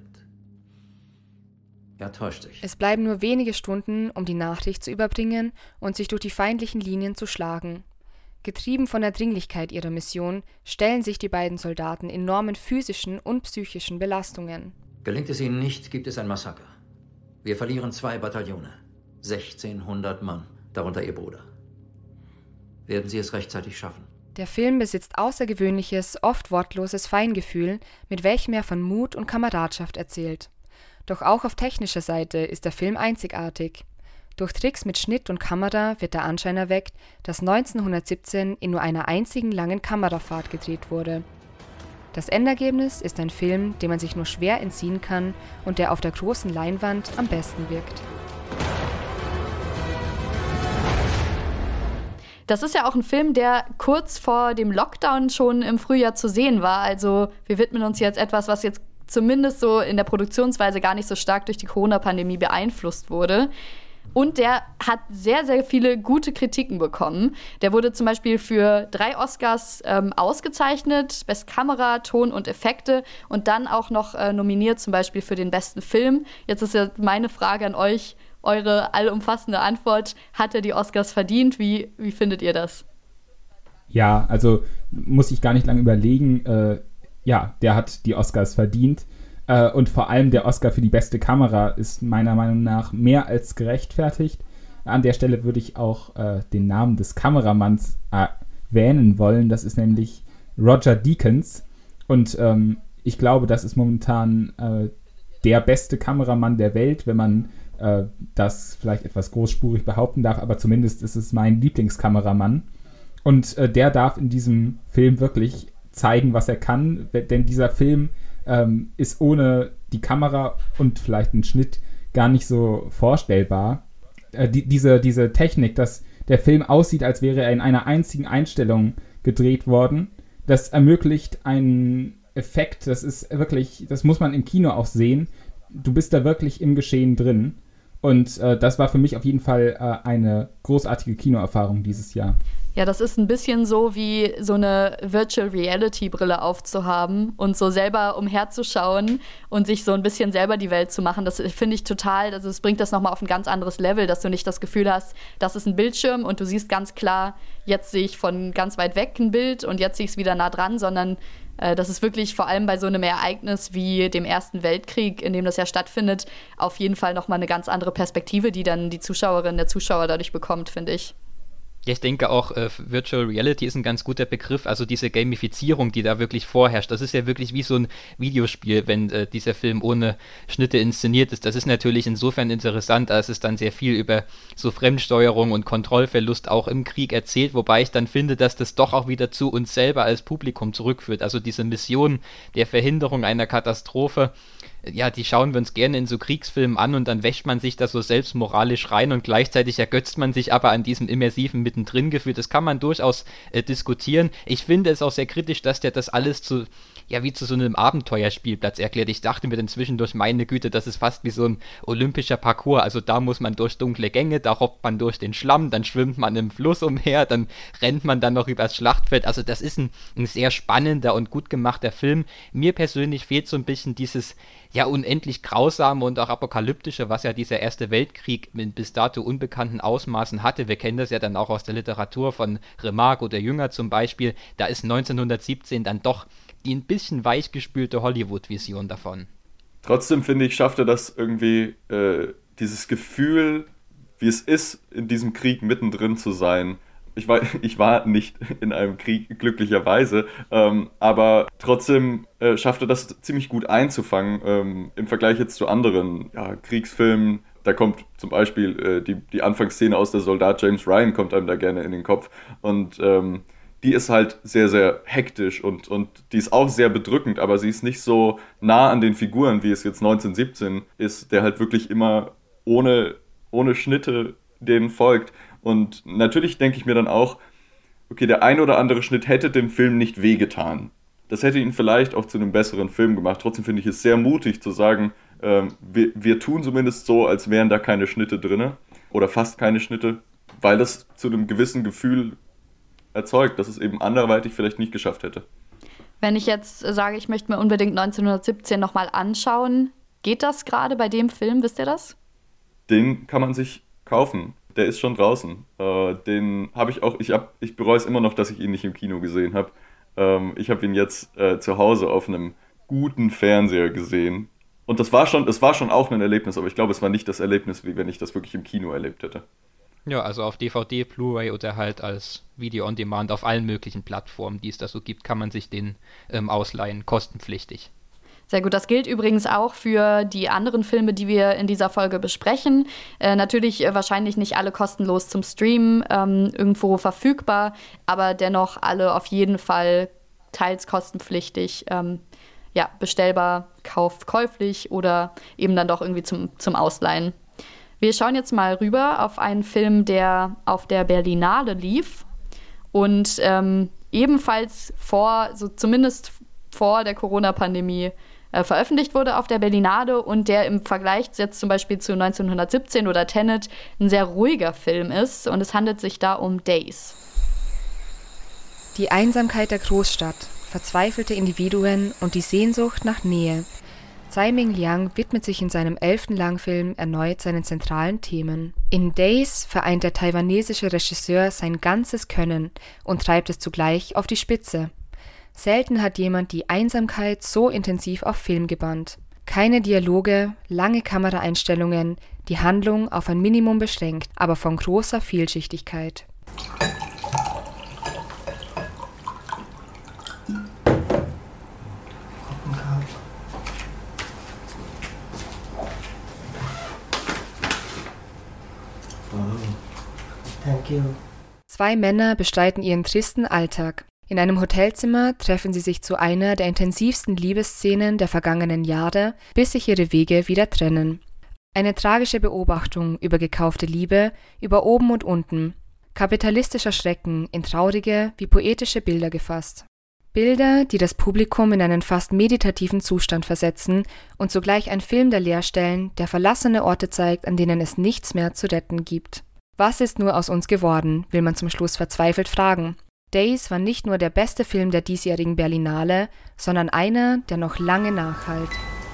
Er täuscht sich.
Es bleiben nur wenige Stunden, um die Nachricht zu überbringen und sich durch die feindlichen Linien zu schlagen. Getrieben von der Dringlichkeit ihrer Mission stellen sich die beiden Soldaten enormen physischen und psychischen Belastungen.
Gelingt es ihnen nicht, gibt es ein Massaker. Wir verlieren 2 Bataillone, 1600 Mann, darunter ihr Bruder. Werden sie es rechtzeitig schaffen?
Der Film besitzt außergewöhnliches, oft wortloses Feingefühl, mit welchem er von Mut und Kameradschaft erzählt. Doch auch auf technischer Seite ist der Film einzigartig. Durch Tricks mit Schnitt und Kamera wird der Anschein erweckt, dass 1917 in nur einer einzigen langen Kamerafahrt gedreht wurde. Das Endergebnis ist ein Film, dem man sich nur schwer entziehen kann und der auf der großen Leinwand am besten wirkt.
Das ist ja auch ein Film, der kurz vor dem Lockdown schon im Frühjahr zu sehen war. Also wir widmen uns jetzt etwas, was jetzt zumindest so in der Produktionsweise gar nicht so stark durch die Corona-Pandemie beeinflusst wurde. Und der hat sehr, sehr viele gute Kritiken bekommen. Der wurde zum Beispiel für 3 Oscars ausgezeichnet, Best Kamera, Ton und Effekte, und dann auch noch nominiert zum Beispiel für den besten Film. Jetzt ist ja meine Frage an euch, eure allumfassende Antwort: Hat er die Oscars verdient? Wie findet ihr das?
Ja, also muss ich gar nicht lange überlegen. Ja, der hat die Oscars verdient. Und vor allem der Oscar für die beste Kamera ist meiner Meinung nach mehr als gerechtfertigt. An der Stelle würde ich auch den Namen des Kameramanns erwähnen wollen. Das ist nämlich Roger Deakins. Und ich glaube, das ist momentan der beste Kameramann der Welt, wenn man das vielleicht etwas großspurig behaupten darf. Aber zumindest ist es mein Lieblingskameramann. Und der darf in diesem Film wirklich zeigen, was er kann. Denn dieser Film ist ohne die Kamera und vielleicht einen Schnitt gar nicht so vorstellbar. Diese Technik, dass der Film aussieht, als wäre er in einer einzigen Einstellung gedreht worden, das ermöglicht einen Effekt, das ist wirklich, das muss man im Kino auch sehen. Du bist da wirklich im Geschehen drin. Und das war für mich auf jeden Fall eine großartige Kinoerfahrung dieses Jahr.
Ja, das ist ein bisschen so wie so eine Virtual Reality Brille aufzuhaben und so selber umherzuschauen und sich so ein bisschen selber die Welt zu machen. Das finde ich total, also es bringt das nochmal auf ein ganz anderes Level, dass du nicht das Gefühl hast, das ist ein Bildschirm und du siehst ganz klar, jetzt sehe ich von ganz weit weg ein Bild und jetzt sehe ich es wieder nah dran, sondern das ist wirklich vor allem bei so einem Ereignis wie dem Ersten Weltkrieg, in dem das ja stattfindet, auf jeden Fall nochmal eine ganz andere Perspektive, die dann die Zuschauerin, der Zuschauer dadurch bekommt, finde ich.
Ja, ich denke auch, Virtual Reality ist ein ganz guter Begriff, also diese Gamifizierung, die da wirklich vorherrscht. Das ist ja wirklich wie so ein Videospiel, wenn dieser Film ohne Schnitte inszeniert ist. Das ist natürlich insofern interessant, als es dann sehr viel über so Fremdsteuerung und Kontrollverlust auch im Krieg erzählt, wobei ich dann finde, dass das doch auch wieder zu uns selber als Publikum zurückführt. Also diese Mission der Verhinderung einer Katastrophe, ja, die schauen wir uns gerne in so Kriegsfilmen an und dann wäscht man sich da so selbst moralisch rein und gleichzeitig ergötzt man sich aber an diesem immersiven Mittendrin-Gefühl. Das kann man durchaus diskutieren. Ich finde es auch sehr kritisch, dass der das alles wie zu so einem Abenteuerspielplatz erklärt. Ich dachte mir dann zwischendurch, meine Güte, das ist fast wie so ein olympischer Parcours. Also da muss man durch dunkle Gänge, da hoppt man durch den Schlamm, dann schwimmt man im Fluss umher, dann rennt man dann noch übers Schlachtfeld. Also das ist ein sehr spannender und gut gemachter Film. Mir persönlich fehlt so ein bisschen dieses unendlich grausame und auch apokalyptische, was ja dieser Erste Weltkrieg mit bis dato unbekannten Ausmaßen hatte. Wir kennen das ja dann auch aus der Literatur von Remarque oder Jünger zum Beispiel. Da ist 1917 dann doch die ein bisschen weichgespülte Hollywood-Vision davon.
Trotzdem finde ich, schafft er das irgendwie, dieses Gefühl, wie es ist, in diesem Krieg mittendrin zu sein, ich war nicht in einem Krieg, glücklicherweise, aber trotzdem schafft er das ziemlich gut einzufangen im Vergleich jetzt zu anderen Kriegsfilmen. Da kommt zum Beispiel die Anfangsszene aus Der Soldat James Ryan kommt einem da gerne in den Kopf und die ist halt sehr, sehr hektisch und die ist auch sehr bedrückend, aber sie ist nicht so nah an den Figuren, wie es jetzt 1917 ist, der halt wirklich immer ohne Schnitte denen folgt. Und natürlich denke ich mir dann auch, okay, der ein oder andere Schnitt hätte dem Film nicht wehgetan. Das hätte ihn vielleicht auch zu einem besseren Film gemacht. Trotzdem finde ich es sehr mutig zu sagen, wir tun zumindest so, als wären da keine Schnitte drin oder fast keine Schnitte, weil das zu einem gewissen Gefühl erzeugt, dass es eben anderweitig vielleicht nicht geschafft hätte.
Wenn ich jetzt sage, ich möchte mir unbedingt 1917 nochmal anschauen, geht das gerade bei dem Film, wisst ihr das?
Den kann man sich kaufen. Der ist schon draußen. Den habe ich auch, ich bereue es immer noch, dass ich ihn nicht im Kino gesehen habe. Ich habe ihn jetzt zu Hause auf einem guten Fernseher gesehen. Und es war schon auch ein Erlebnis, aber ich glaube, es war nicht das Erlebnis, wie wenn ich das wirklich im Kino erlebt hätte.
Ja, also auf DVD, Blu-ray oder halt als Video on Demand auf allen möglichen Plattformen, die es da so gibt, kann man sich den ausleihen, kostenpflichtig.
Sehr gut, das gilt übrigens auch für die anderen Filme, die wir in dieser Folge besprechen. Natürlich wahrscheinlich nicht alle kostenlos zum Streamen irgendwo verfügbar, aber dennoch alle auf jeden Fall teils kostenpflichtig, bestellbar, käuflich oder eben dann doch irgendwie zum Ausleihen. Wir schauen jetzt mal rüber auf einen Film, der auf der Berlinale lief und ebenfalls zumindest vor der Corona-Pandemie veröffentlicht wurde auf der Berlinale und der im Vergleich jetzt zum Beispiel zu 1917 oder Tenet ein sehr ruhiger Film ist und es handelt sich da um Days.
Die Einsamkeit der Großstadt, verzweifelte Individuen und die Sehnsucht nach Nähe. Tsai Ming-Liang widmet sich in seinem 11. Langfilm erneut seinen zentralen Themen. In Days vereint der taiwanesische Regisseur sein ganzes Können und treibt es zugleich auf die Spitze. Selten hat jemand die Einsamkeit so intensiv auf Film gebannt. Keine Dialoge, lange Kameraeinstellungen, die Handlung auf ein Minimum beschränkt, aber von großer Vielschichtigkeit.
Thank you.
2 Männer bestreiten ihren tristen Alltag. In einem Hotelzimmer treffen sie sich zu einer der intensivsten Liebesszenen der vergangenen Jahre, bis sich ihre Wege wieder trennen. Eine tragische Beobachtung über gekaufte Liebe, über Oben und Unten. Kapitalistischer Schrecken in traurige wie poetische Bilder gefasst. Bilder, die das Publikum in einen fast meditativen Zustand versetzen und zugleich ein Film der Leerstellen, der verlassene Orte zeigt, an denen es nichts mehr zu retten gibt. Was ist nur aus uns geworden, will man zum Schluss verzweifelt fragen. Days war nicht nur der beste Film der diesjährigen Berlinale, sondern einer, der noch lange nachhallt.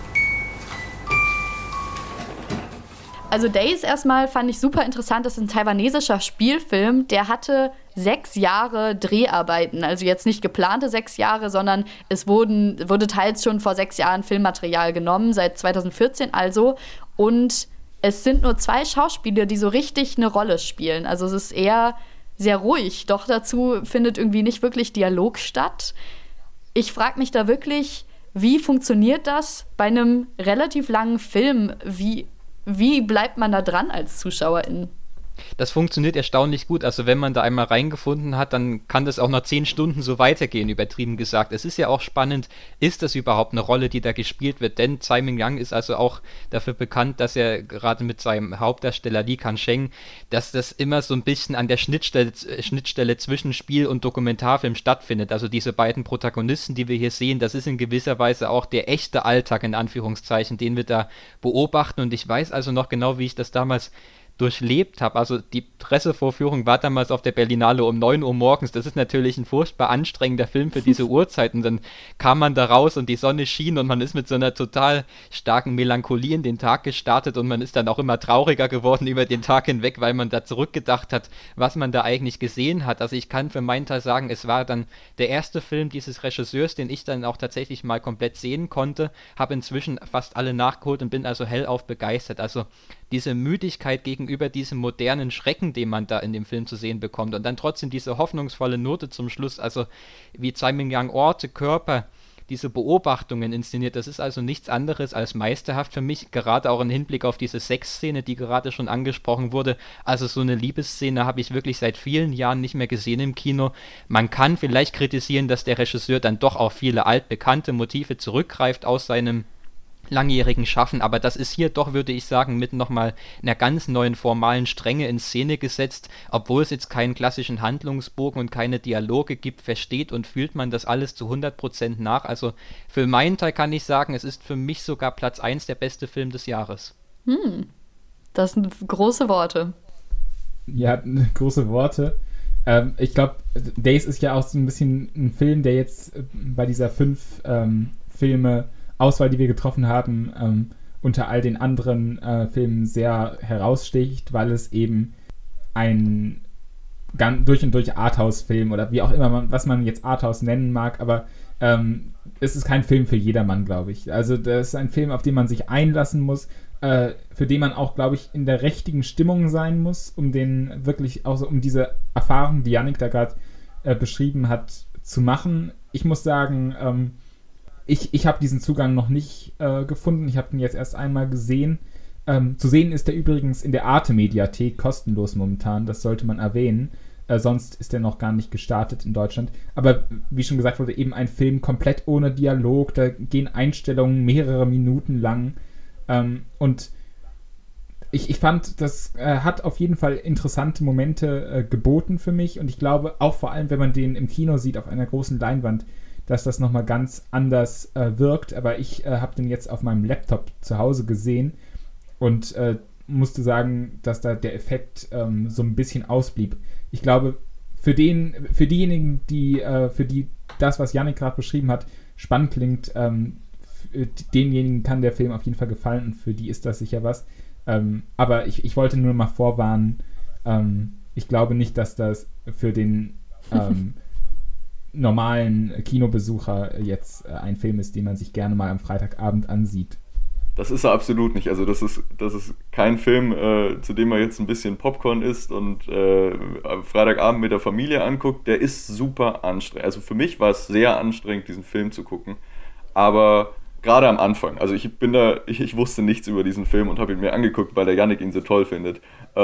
Also Days erstmal fand ich super interessant, das ist ein taiwanesischer Spielfilm, der hatte 6 Jahre Dreharbeiten, also jetzt nicht geplante 6 Jahre, sondern es wurde teils schon vor 6 Jahren Filmmaterial genommen, seit 2014 also, und es sind nur 2 Schauspieler, die so richtig eine Rolle spielen, also es ist eher sehr ruhig, doch dazu findet irgendwie nicht wirklich Dialog statt. Ich frage mich da wirklich, wie funktioniert das bei einem relativ langen Film? Wie bleibt man da dran als Zuschauerin?
Das funktioniert erstaunlich gut. Also wenn man da einmal reingefunden hat, dann kann das auch nach 10 Stunden so weitergehen, übertrieben gesagt. Es ist ja auch spannend, ist das überhaupt eine Rolle, die da gespielt wird? Denn Tsai Ming-Liang ist also auch dafür bekannt, dass er gerade mit seinem Hauptdarsteller Li Ka-sheng, dass das immer so ein bisschen an der Schnittstelle zwischen Spiel und Dokumentarfilm stattfindet. Also diese beiden Protagonisten, die wir hier sehen, das ist in gewisser Weise auch der echte Alltag, in Anführungszeichen, den wir da beobachten. Und ich weiß also noch genau, wie ich das damals durchlebt habe. Also die Pressevorführung war damals auf der Berlinale um 9 Uhr morgens. Das ist natürlich ein furchtbar anstrengender Film für diese Uhrzeit. Und dann kam man da raus und die Sonne schien und man ist mit so einer total starken Melancholie in den Tag gestartet und man ist dann auch immer trauriger geworden über den Tag hinweg, weil man da zurückgedacht hat, was man da eigentlich gesehen hat. Also ich kann für meinen Teil sagen, es war dann der erste Film dieses Regisseurs, den ich dann auch tatsächlich mal komplett sehen konnte, habe inzwischen fast alle nachgeholt und bin also hellauf begeistert. Also diese Müdigkeit gegenüber gegenüber diesem modernen Schrecken, den man da in dem Film zu sehen bekommt. Und dann trotzdem diese hoffnungsvolle Note zum Schluss, also wie Tsai Ming-liang Orte, Körper, diese Beobachtungen inszeniert, das ist also nichts anderes als meisterhaft für mich, gerade auch im Hinblick auf diese Sexszene, die gerade schon angesprochen wurde. Also so eine Liebesszene habe ich wirklich seit vielen Jahren nicht mehr gesehen im Kino. Man kann vielleicht kritisieren, dass der Regisseur dann doch auf viele altbekannte Motive zurückgreift aus seinem langjährigen Schaffen, aber das ist hier doch, würde ich sagen, mit nochmal einer ganz neuen formalen Strenge in Szene gesetzt. Obwohl es jetzt keinen klassischen Handlungsbogen und keine Dialoge gibt, versteht und fühlt man das alles zu 100% nach. Also für meinen Teil kann ich sagen, es ist für mich sogar Platz 1 der beste Film des Jahres.
Das sind große Worte.
Ja, große Worte. Ich glaube, Days ist ja auch so ein bisschen ein Film, der jetzt bei dieser 5 Filme Auswahl, die wir getroffen haben, unter all den anderen Filmen sehr heraussticht, weil es eben ein durch und durch Arthouse-Film oder wie auch immer, was man jetzt Arthouse nennen mag, aber es ist kein Film für jedermann, glaube ich. Also das ist ein Film, auf den man sich einlassen muss, für den man auch, glaube ich, in der richtigen Stimmung sein muss, um den wirklich auch so, um diese Erfahrung, die Yannick da gerade beschrieben hat, zu machen. Ich muss sagen, ich habe diesen Zugang noch nicht gefunden. Ich habe ihn jetzt erst einmal gesehen. Zu sehen ist er übrigens in der Arte-Mediathek kostenlos momentan. Das sollte man erwähnen. Sonst ist er noch gar nicht gestartet in Deutschland. Aber wie schon gesagt wurde, eben ein Film komplett ohne Dialog. Da gehen Einstellungen mehrere Minuten lang. Und ich fand, das hat auf jeden Fall interessante Momente geboten für mich. Und ich glaube, auch vor allem, wenn man den im Kino sieht, auf einer großen Leinwand, dass das nochmal ganz anders wirkt. Aber ich habe den jetzt auf meinem Laptop zu Hause gesehen und musste sagen, dass da der Effekt so ein bisschen ausblieb. Ich glaube, für diejenigen, für die das, was Yannick gerade beschrieben hat, spannend klingt, denjenigen kann der Film auf jeden Fall gefallen und für die ist das sicher was. Aber ich wollte nur mal vorwarnen, ich glaube nicht, dass das für den normalen Kinobesucher jetzt ein Film ist, den man sich gerne mal am Freitagabend ansieht.
Das ist er absolut nicht. Also das ist kein Film, zu dem man jetzt ein bisschen Popcorn isst und Freitagabend mit der Familie anguckt. Der ist super anstrengend. Also für mich war es sehr anstrengend, diesen Film zu gucken. Aber gerade am Anfang, also ich wusste nichts über diesen Film und habe ihn mir angeguckt, weil der Yannick ihn so toll findet.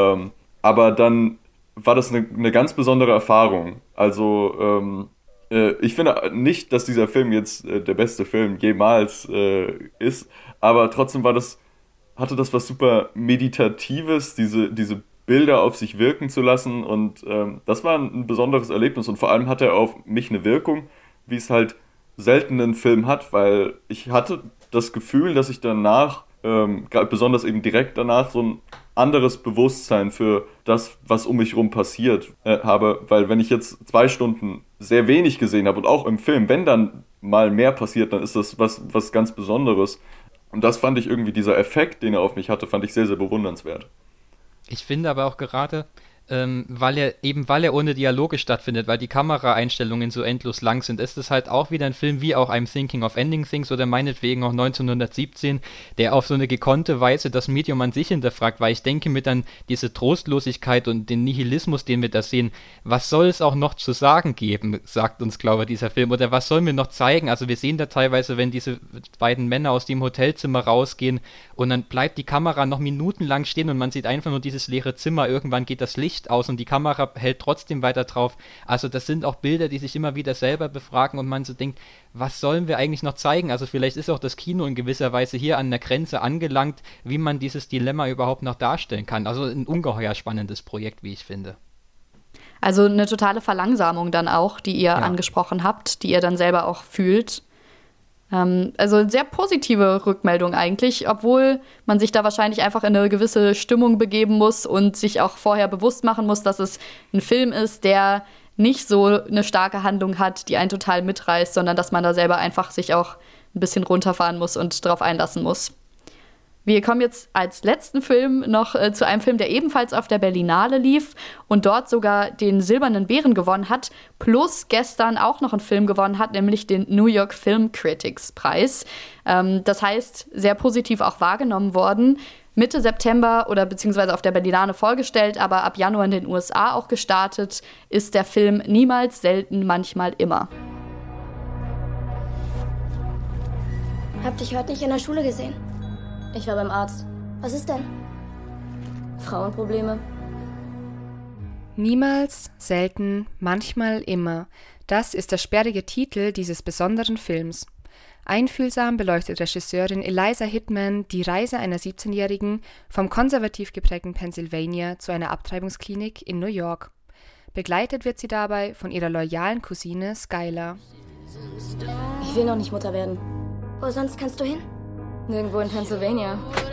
Aber dann war das eine ganz besondere Erfahrung. Also ich finde nicht, dass dieser Film jetzt der beste Film jemals ist, aber trotzdem hatte das was super Meditatives, diese Bilder auf sich wirken zu lassen und das war ein besonderes Erlebnis und vor allem hatte er auf mich eine Wirkung, wie es halt selten ein Film hat, weil ich hatte das Gefühl, dass ich danach, besonders eben direkt danach, so ein anderes Bewusstsein für das, was um mich rum passiert, habe, weil wenn ich jetzt 2 Stunden sehr wenig gesehen habe und auch im Film, wenn dann mal mehr passiert, dann ist das was ganz Besonderes. Und das fand ich irgendwie, dieser Effekt, den er auf mich hatte, fand ich sehr, sehr bewundernswert.
Ich finde aber auch gerade, weil er ohne Dialoge stattfindet, weil die Kameraeinstellungen so endlos lang sind, ist es halt auch wieder ein Film wie auch I'm Thinking of Ending Things oder meinetwegen auch 1917, der auf so eine gekonnte Weise das Medium an sich hinterfragt, weil ich denke mir dann diese Trostlosigkeit und den Nihilismus, den wir da sehen, was soll es auch noch zu sagen geben, sagt uns, glaube ich, dieser Film, oder was sollen wir noch zeigen? Also wir sehen da teilweise, wenn diese beiden Männer aus dem Hotelzimmer rausgehen und dann bleibt die Kamera noch minutenlang stehen und man sieht einfach nur dieses leere Zimmer, irgendwann geht das Licht aus und die Kamera hält trotzdem weiter drauf. Also das sind auch Bilder, die sich immer wieder selber befragen und man so denkt, was sollen wir eigentlich noch zeigen? Also vielleicht ist auch das Kino in gewisser Weise hier an der Grenze angelangt, wie man dieses Dilemma überhaupt noch darstellen kann. Also ein ungeheuer spannendes Projekt, wie ich finde.
Also eine totale Verlangsamung dann auch, die ihr angesprochen habt, die ihr dann selber auch fühlt. Also sehr positive Rückmeldung eigentlich, obwohl man sich da wahrscheinlich einfach in eine gewisse Stimmung begeben muss und sich auch vorher bewusst machen muss, dass es ein Film ist, der nicht so eine starke Handlung hat, die einen total mitreißt, sondern dass man da selber einfach sich auch ein bisschen runterfahren muss und drauf einlassen muss. Wir kommen jetzt als letzten Film noch zu einem Film, der ebenfalls auf der Berlinale lief und dort sogar den Silbernen Bären gewonnen hat, plus gestern auch noch einen Film gewonnen hat, nämlich den New York Film Critics Preis. Das heißt, sehr positiv auch wahrgenommen worden. Mitte September oder beziehungsweise auf der Berlinale vorgestellt, aber ab Januar in den USA auch gestartet, ist der Film Niemals, selten, manchmal, immer.
Hab dich heute nicht in der Schule gesehen. Ich war beim Arzt. Was ist denn? Frauenprobleme.
Niemals, selten, manchmal, immer. Das ist der sperrige Titel dieses besonderen Films. Einfühlsam beleuchtet Regisseurin Eliza Hittman die Reise einer 17-Jährigen vom konservativ geprägten Pennsylvania zu einer Abtreibungsklinik in New York. Begleitet wird sie dabei von ihrer loyalen Cousine Skylar.
Ich will noch nicht Mutter werden. Wo sonst kannst du hin? Nirgendwo in Pennsylvania.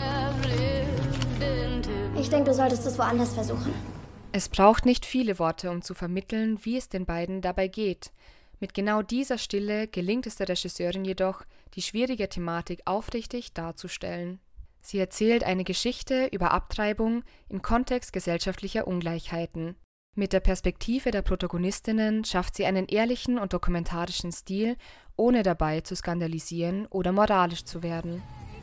Ich denke, du solltest es woanders versuchen.
Es braucht nicht viele Worte, um zu vermitteln, wie es den beiden dabei geht. Mit genau dieser Stille gelingt es der Regisseurin jedoch, die schwierige Thematik aufrichtig darzustellen. Sie erzählt eine Geschichte über Abtreibung im Kontext gesellschaftlicher Ungleichheiten. Mit der Perspektive der Protagonistinnen schafft sie einen ehrlichen und dokumentarischen Stil, ohne dabei zu skandalisieren oder moralisch zu werden.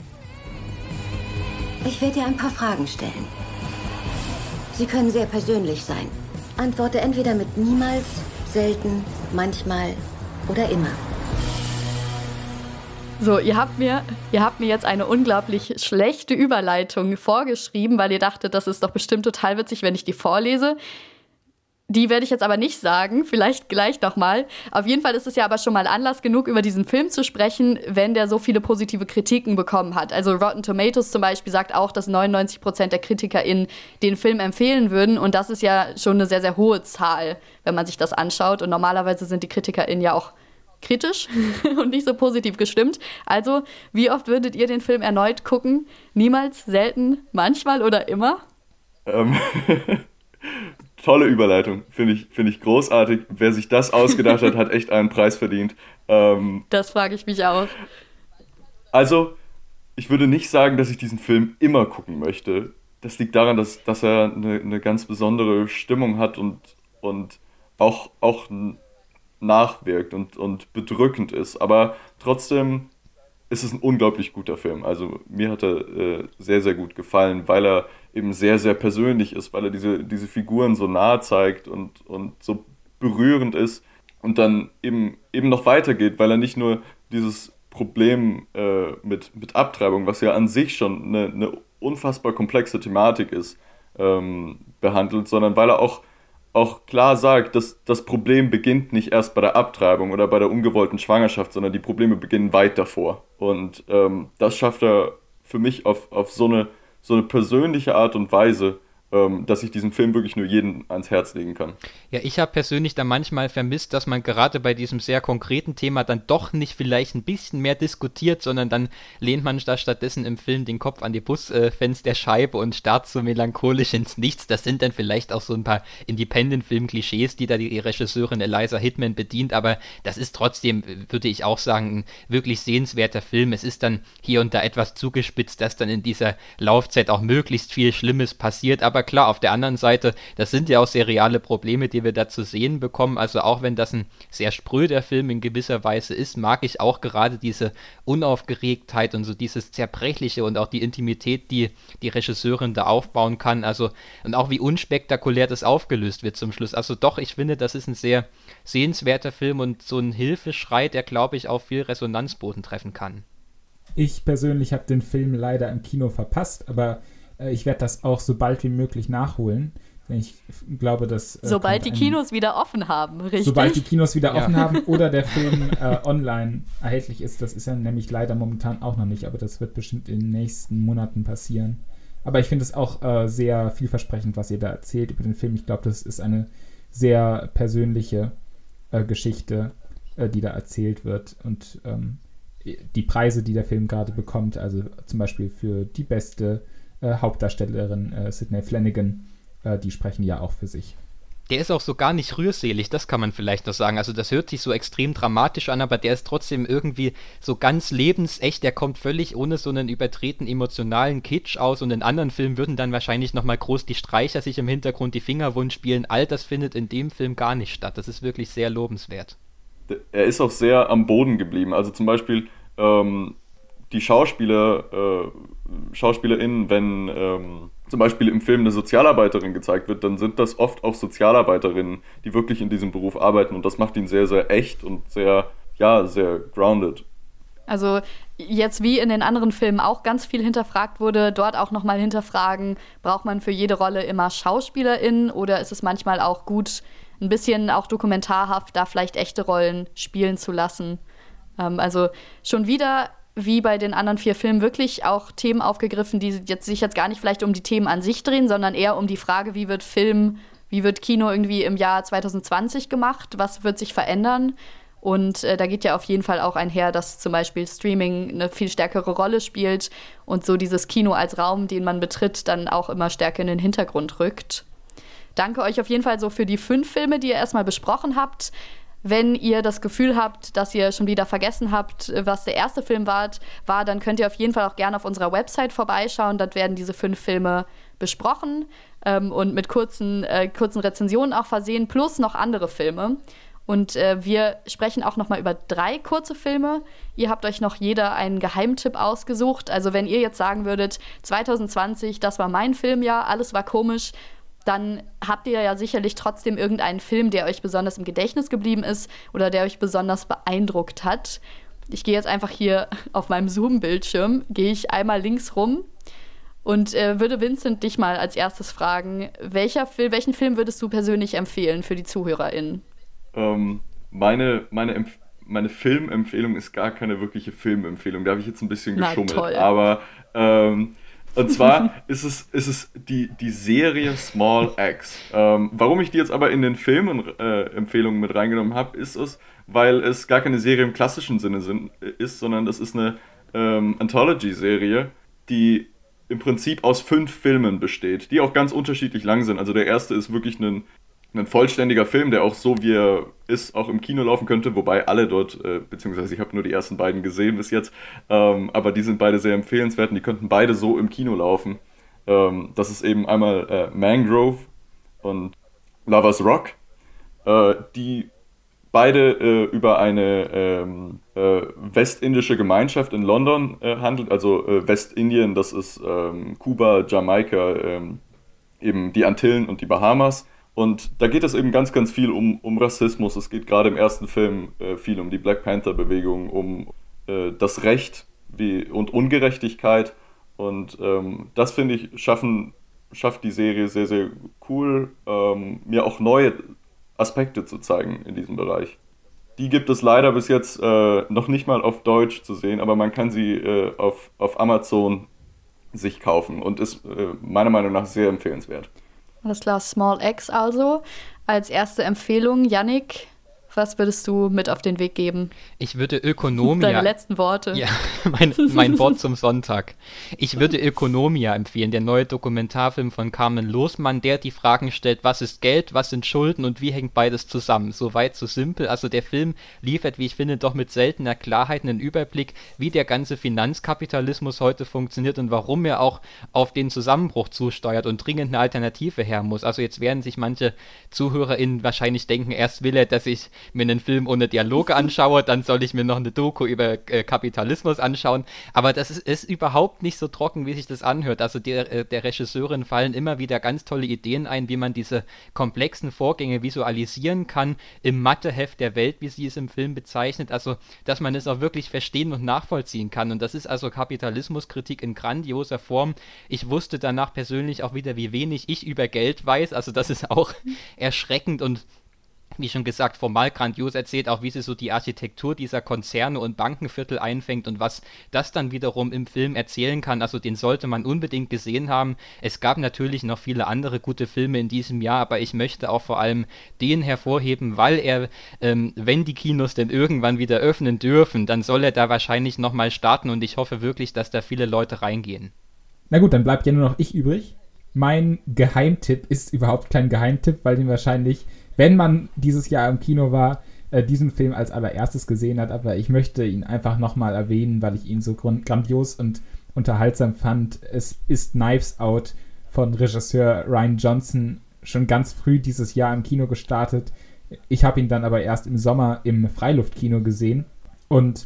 Ich werde dir ein paar Fragen stellen. Sie können sehr persönlich sein. Antworte entweder mit niemals, selten, manchmal oder immer.
So, ihr habt mir jetzt eine unglaublich schlechte Überleitung vorgeschrieben, weil ihr dachtet, das ist doch bestimmt total witzig, wenn ich die vorlese. Die werde ich jetzt aber nicht sagen, vielleicht gleich nochmal. Auf jeden Fall ist es ja aber schon mal Anlass genug, über diesen Film zu sprechen, wenn der so viele positive Kritiken bekommen hat. Also Rotten Tomatoes zum Beispiel sagt auch, dass 99% der KritikerInnen den Film empfehlen würden. Und das ist ja schon eine sehr, sehr hohe Zahl, wenn man sich das anschaut. Und normalerweise sind die KritikerInnen ja auch kritisch und nicht so positiv gestimmt. Also, wie oft würdet ihr den Film erneut gucken? Niemals, selten, manchmal oder immer?
Tolle Überleitung, finde ich großartig. Wer sich das ausgedacht hat, hat echt einen Preis verdient.
Das frage ich mich auch.
Also, ich würde nicht sagen, dass ich diesen Film immer gucken möchte. Das liegt daran, dass er eine ganz besondere Stimmung hat und auch nachwirkt und bedrückend ist. Aber trotzdem ist es ein unglaublich guter Film. Also mir hat er sehr, sehr gut gefallen, weil er eben sehr, sehr persönlich ist, weil er diese Figuren so nahe zeigt und so berührend ist und dann eben noch weitergeht, weil er nicht nur dieses Problem mit Abtreibung, was ja an sich schon eine unfassbar komplexe Thematik ist, behandelt, sondern weil er auch klar sagt, dass das Problem beginnt nicht erst bei der Abtreibung oder bei der ungewollten Schwangerschaft, sondern die Probleme beginnen weit davor. Und das schafft er für mich auf so eine persönliche Art und Weise, dass ich diesen Film wirklich nur jedem ans Herz legen kann.
Ja, ich habe persönlich da manchmal vermisst, dass man gerade bei diesem sehr konkreten Thema dann doch nicht vielleicht ein bisschen mehr diskutiert, sondern dann lehnt man da stattdessen im Film den Kopf an die Busfensterscheibe und starrt so melancholisch ins Nichts. Das sind dann vielleicht auch so ein paar Independent-Film-Klischees, die da die Regisseurin Eliza Hittman bedient, aber das ist trotzdem, würde ich auch sagen, ein wirklich sehenswerter Film. Es ist dann hier und da etwas zugespitzt, dass dann in dieser Laufzeit auch möglichst viel Schlimmes passiert, aber klar, auf der anderen Seite, das sind ja auch sehr reale Probleme, die wir da zu sehen bekommen, also auch wenn das ein sehr spröder Film in gewisser Weise ist, mag ich auch gerade diese Unaufgeregtheit und so dieses Zerbrechliche und auch die Intimität, die die Regisseurin da aufbauen kann, also und auch wie unspektakulär das aufgelöst wird zum Schluss, also doch, ich finde, das ist ein sehr sehenswerter Film und so ein Hilfeschrei, der, glaube ich, auf viel Resonanzboden treffen kann.
Ich persönlich habe den Film leider im Kino verpasst, aber ich werde das auch so bald wie möglich nachholen. Ich glaube, dass
sobald die Kinos wieder offen haben, richtig?
Sobald die Kinos wieder offen haben oder der Film online erhältlich ist. Das ist ja nämlich leider momentan auch noch nicht, aber das wird bestimmt in den nächsten Monaten passieren. Aber ich finde es auch sehr vielversprechend, was ihr da erzählt über den Film. Ich glaube, das ist eine sehr persönliche Geschichte, die da erzählt wird. Und die Preise, die der Film gerade bekommt, also zum Beispiel für die beste Hauptdarstellerin Sidney Flanagan, die sprechen ja auch für sich.
Der ist auch so gar nicht rührselig, das kann man vielleicht noch sagen. Also das hört sich so extrem dramatisch an, aber der ist trotzdem irgendwie so ganz lebensecht. Der kommt völlig ohne so einen übertreten emotionalen Kitsch aus und in anderen Filmen würden dann wahrscheinlich nochmal groß die Streicher sich im Hintergrund die Finger wund spielen. All das findet in dem Film gar nicht statt. Das ist wirklich sehr lobenswert.
Er ist auch sehr am Boden geblieben. Also zum Beispiel die SchauspielerInnen, wenn zum Beispiel im Film eine Sozialarbeiterin gezeigt wird, dann sind das oft auch Sozialarbeiterinnen, die wirklich in diesem Beruf arbeiten und das macht ihn sehr, sehr echt und sehr grounded.
Also jetzt wie in den anderen Filmen auch ganz viel hinterfragt wurde, dort auch nochmal hinterfragen, braucht man für jede Rolle immer SchauspielerInnen oder ist es manchmal auch gut, ein bisschen auch dokumentarhaft da vielleicht echte Rollen spielen zu lassen? Also schon wieder, wie bei den anderen 4 Filmen, wirklich auch Themen aufgegriffen, die sich jetzt gar nicht vielleicht um die Themen an sich drehen, sondern eher um die Frage, wie wird Kino irgendwie im Jahr 2020 gemacht, was wird sich verändern? Und da geht ja auf jeden Fall auch einher, dass zum Beispiel Streaming eine viel stärkere Rolle spielt und so dieses Kino als Raum, den man betritt, dann auch immer stärker in den Hintergrund rückt. Danke euch auf jeden Fall so für die 5 Filme, die ihr erstmal besprochen habt. Wenn ihr das Gefühl habt, dass ihr schon wieder vergessen habt, was der erste Film war, dann könnt ihr auf jeden Fall auch gerne auf unserer Website vorbeischauen. Dort werden diese 5 Filme besprochen und mit kurzen Rezensionen auch versehen, plus noch andere Filme. Und wir sprechen auch noch mal über 3 kurze Filme. Ihr habt euch noch jeder einen Geheimtipp ausgesucht. Also wenn ihr jetzt sagen würdet, 2020, das war mein Filmjahr, alles war komisch, dann habt ihr ja sicherlich trotzdem irgendeinen Film, der euch besonders im Gedächtnis geblieben ist oder der euch besonders beeindruckt hat. Ich gehe jetzt einfach hier auf meinem Zoom-Bildschirm, gehe ich einmal links rum und würde Vincent dich mal als erstes fragen, welchen Film würdest du persönlich empfehlen für die ZuhörerInnen?
Meine Filmempfehlung ist gar keine wirkliche Filmempfehlung. Da habe ich jetzt ein bisschen geschummelt.
Toll.
Aber und zwar ist es die Serie Small Axe. Warum ich die jetzt aber in den Filmempfehlungen mit reingenommen habe, ist es, weil es gar keine Serie im klassischen Sinne ist, sondern das ist eine Anthology-Serie, die im Prinzip aus 5 Filmen besteht, die auch ganz unterschiedlich lang sind. Also der erste ist wirklich ein vollständiger Film, der auch so, wie er ist, auch im Kino laufen könnte, wobei alle dort, beziehungsweise ich habe nur die ersten beiden gesehen bis jetzt, aber die sind beide sehr empfehlenswert und die könnten beide so im Kino laufen. Das ist eben einmal Mangrove und Lovers Rock, die beide über eine westindische Gemeinschaft in London handelt, also Westindien, das ist Kuba, Jamaika, eben die Antillen und die Bahamas. Und da geht es eben ganz, ganz viel um Rassismus. Es geht gerade im ersten Film viel um die Black Panther-Bewegung, um das Recht und Ungerechtigkeit. Und das, finde ich, schafft die Serie sehr, sehr cool, mir auch neue Aspekte zu zeigen in diesem Bereich. Die gibt es leider bis jetzt noch nicht mal auf Deutsch zu sehen, aber man kann sie auf Amazon sich kaufen und ist meiner Meinung nach sehr empfehlenswert.
Alles klar, Small Axe also. Als erste Empfehlung, Yannick, was würdest du mit auf den Weg geben?
Ich würde Ökonomia...
Deine letzten Worte.
Ja, mein Wort zum Sonntag. Ich würde Ökonomia empfehlen, der neue Dokumentarfilm von Carmen Losmann, der die Fragen stellt, was ist Geld, was sind Schulden und wie hängt beides zusammen. So weit, so simpel. Also der Film liefert, wie ich finde, doch mit seltener Klarheit einen Überblick, wie der ganze Finanzkapitalismus heute funktioniert und warum er auch auf den Zusammenbruch zusteuert und dringend eine Alternative her muss. Also jetzt werden sich manche ZuhörerInnen wahrscheinlich denken, erst will er, dass ich mir einen Film ohne Dialoge anschaue, dann soll ich mir noch eine Doku über Kapitalismus anschauen, aber das ist überhaupt nicht so trocken, wie sich das anhört. Also der Regisseurin fallen immer wieder ganz tolle Ideen ein, wie man diese komplexen Vorgänge visualisieren kann im Matheheft der Welt, wie sie es im Film bezeichnet, also dass man es auch wirklich verstehen und nachvollziehen kann und das ist also Kapitalismuskritik in grandioser Form. Ich wusste danach persönlich auch wieder, wie wenig ich über Geld weiß, also das ist auch erschreckend und wie schon gesagt, formal grandios erzählt, auch wie sie so die Architektur dieser Konzerne und Bankenviertel einfängt und was das dann wiederum im Film erzählen kann. Also den sollte man unbedingt gesehen haben. Es gab natürlich noch viele andere gute Filme in diesem Jahr, aber ich möchte auch vor allem den hervorheben, weil er, wenn die Kinos denn irgendwann wieder öffnen dürfen, dann soll er da wahrscheinlich nochmal starten und ich hoffe wirklich, dass da viele Leute reingehen.
Na gut, dann bleibt ja nur noch ich übrig. Mein Geheimtipp ist überhaupt kein Geheimtipp, weil den wahrscheinlich, wenn man dieses Jahr im Kino war, diesen Film als allererstes gesehen hat, aber ich möchte ihn einfach nochmal erwähnen, weil ich ihn so grandios und unterhaltsam fand. Es ist Knives Out von Regisseur Rian Johnson, schon ganz früh dieses Jahr im Kino gestartet. Ich habe ihn dann aber erst im Sommer im Freiluftkino gesehen und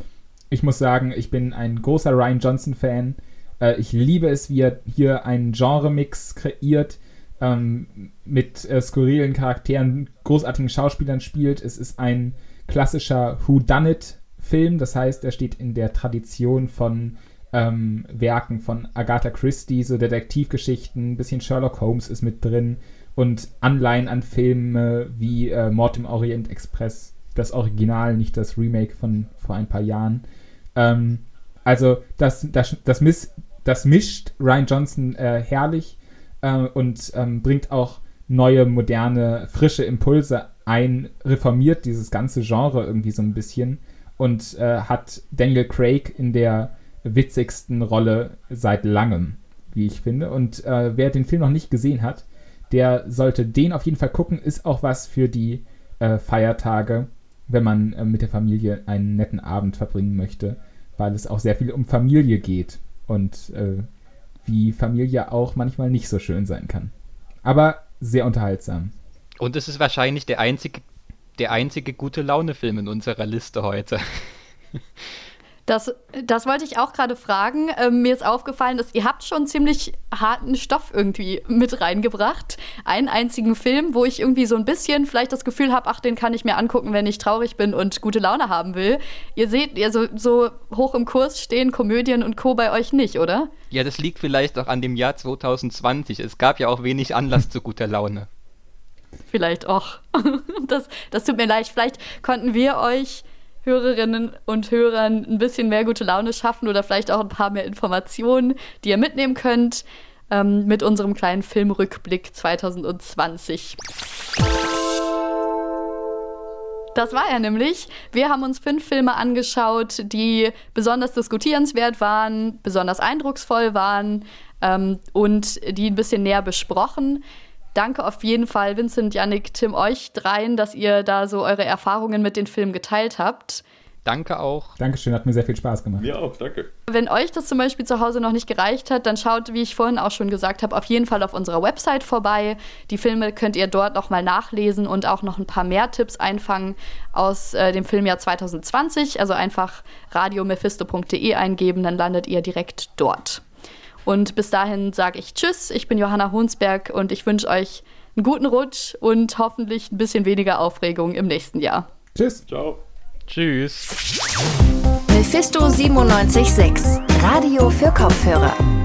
ich muss sagen, ich bin ein großer Rian Johnson-Fan. Ich liebe es, wie er hier einen Genre-Mix kreiert, mit skurrilen Charakteren, großartigen Schauspielern spielt. Es ist ein klassischer Whodunit-Film, das heißt, er steht in der Tradition von Werken von Agatha Christie, so Detektivgeschichten, ein bisschen Sherlock Holmes ist mit drin und Anleihen an Filme wie Mord im Orient Express, das Original, nicht das Remake von vor ein paar Jahren. Also das mischt Rian Johnson herrlich und bringt auch neue, moderne, frische Impulse ein, reformiert dieses ganze Genre irgendwie so ein bisschen und hat Daniel Craig in der witzigsten Rolle seit langem, wie ich finde. Und wer den Film noch nicht gesehen hat, der sollte den auf jeden Fall gucken. Ist auch was für die Feiertage, wenn man mit der Familie einen netten Abend verbringen möchte, weil es auch sehr viel um Familie geht und wie Familie auch manchmal nicht so schön sein kann. Aber sehr unterhaltsam.
Und es ist wahrscheinlich der einzige gute Laune-Film in unserer Liste heute.
Das wollte ich auch gerade fragen. Mir ist aufgefallen, dass ihr habt schon ziemlich harten Stoff irgendwie mit reingebracht. Einen einzigen Film, wo ich irgendwie so ein bisschen vielleicht das Gefühl habe, ach, den kann ich mir angucken, wenn ich traurig bin und gute Laune haben will. Ihr seht, ihr so hoch im Kurs stehen Komödien und Co. bei euch nicht, oder?
Ja, das liegt vielleicht auch an dem Jahr 2020. Es gab ja auch wenig Anlass zu guter Laune.
Vielleicht auch. Das tut mir leid. Vielleicht konnten wir euch Hörerinnen und Hörern ein bisschen mehr gute Laune schaffen oder vielleicht auch ein paar mehr Informationen, die ihr mitnehmen könnt mit unserem kleinen Filmrückblick 2020. Das war er nämlich. Wir haben uns 5 Filme angeschaut, die besonders diskutierenswert waren, besonders eindrucksvoll waren und die ein bisschen näher besprochen. Danke auf jeden Fall, Vincent, Yannick, Tim, euch dreien, dass ihr da so eure Erfahrungen mit den Filmen geteilt habt.
Danke auch.
Dankeschön, hat mir sehr viel Spaß gemacht.
Mir auch, danke.
Wenn euch das zum Beispiel zu Hause noch nicht gereicht hat, dann schaut, wie ich vorhin auch schon gesagt habe, auf jeden Fall auf unserer Website vorbei. Die Filme könnt ihr dort nochmal nachlesen und auch noch ein paar mehr Tipps einfangen aus dem Filmjahr 2020. Also einfach radiomephisto.de eingeben, dann landet ihr direkt dort. Und bis dahin sage ich Tschüss, ich bin Johanna Honsberg und ich wünsche euch einen guten Rutsch und hoffentlich ein bisschen weniger Aufregung im nächsten Jahr.
Tschüss.
Ciao.
Tschüss.
Mephisto 97.6, Radio für Kopfhörer.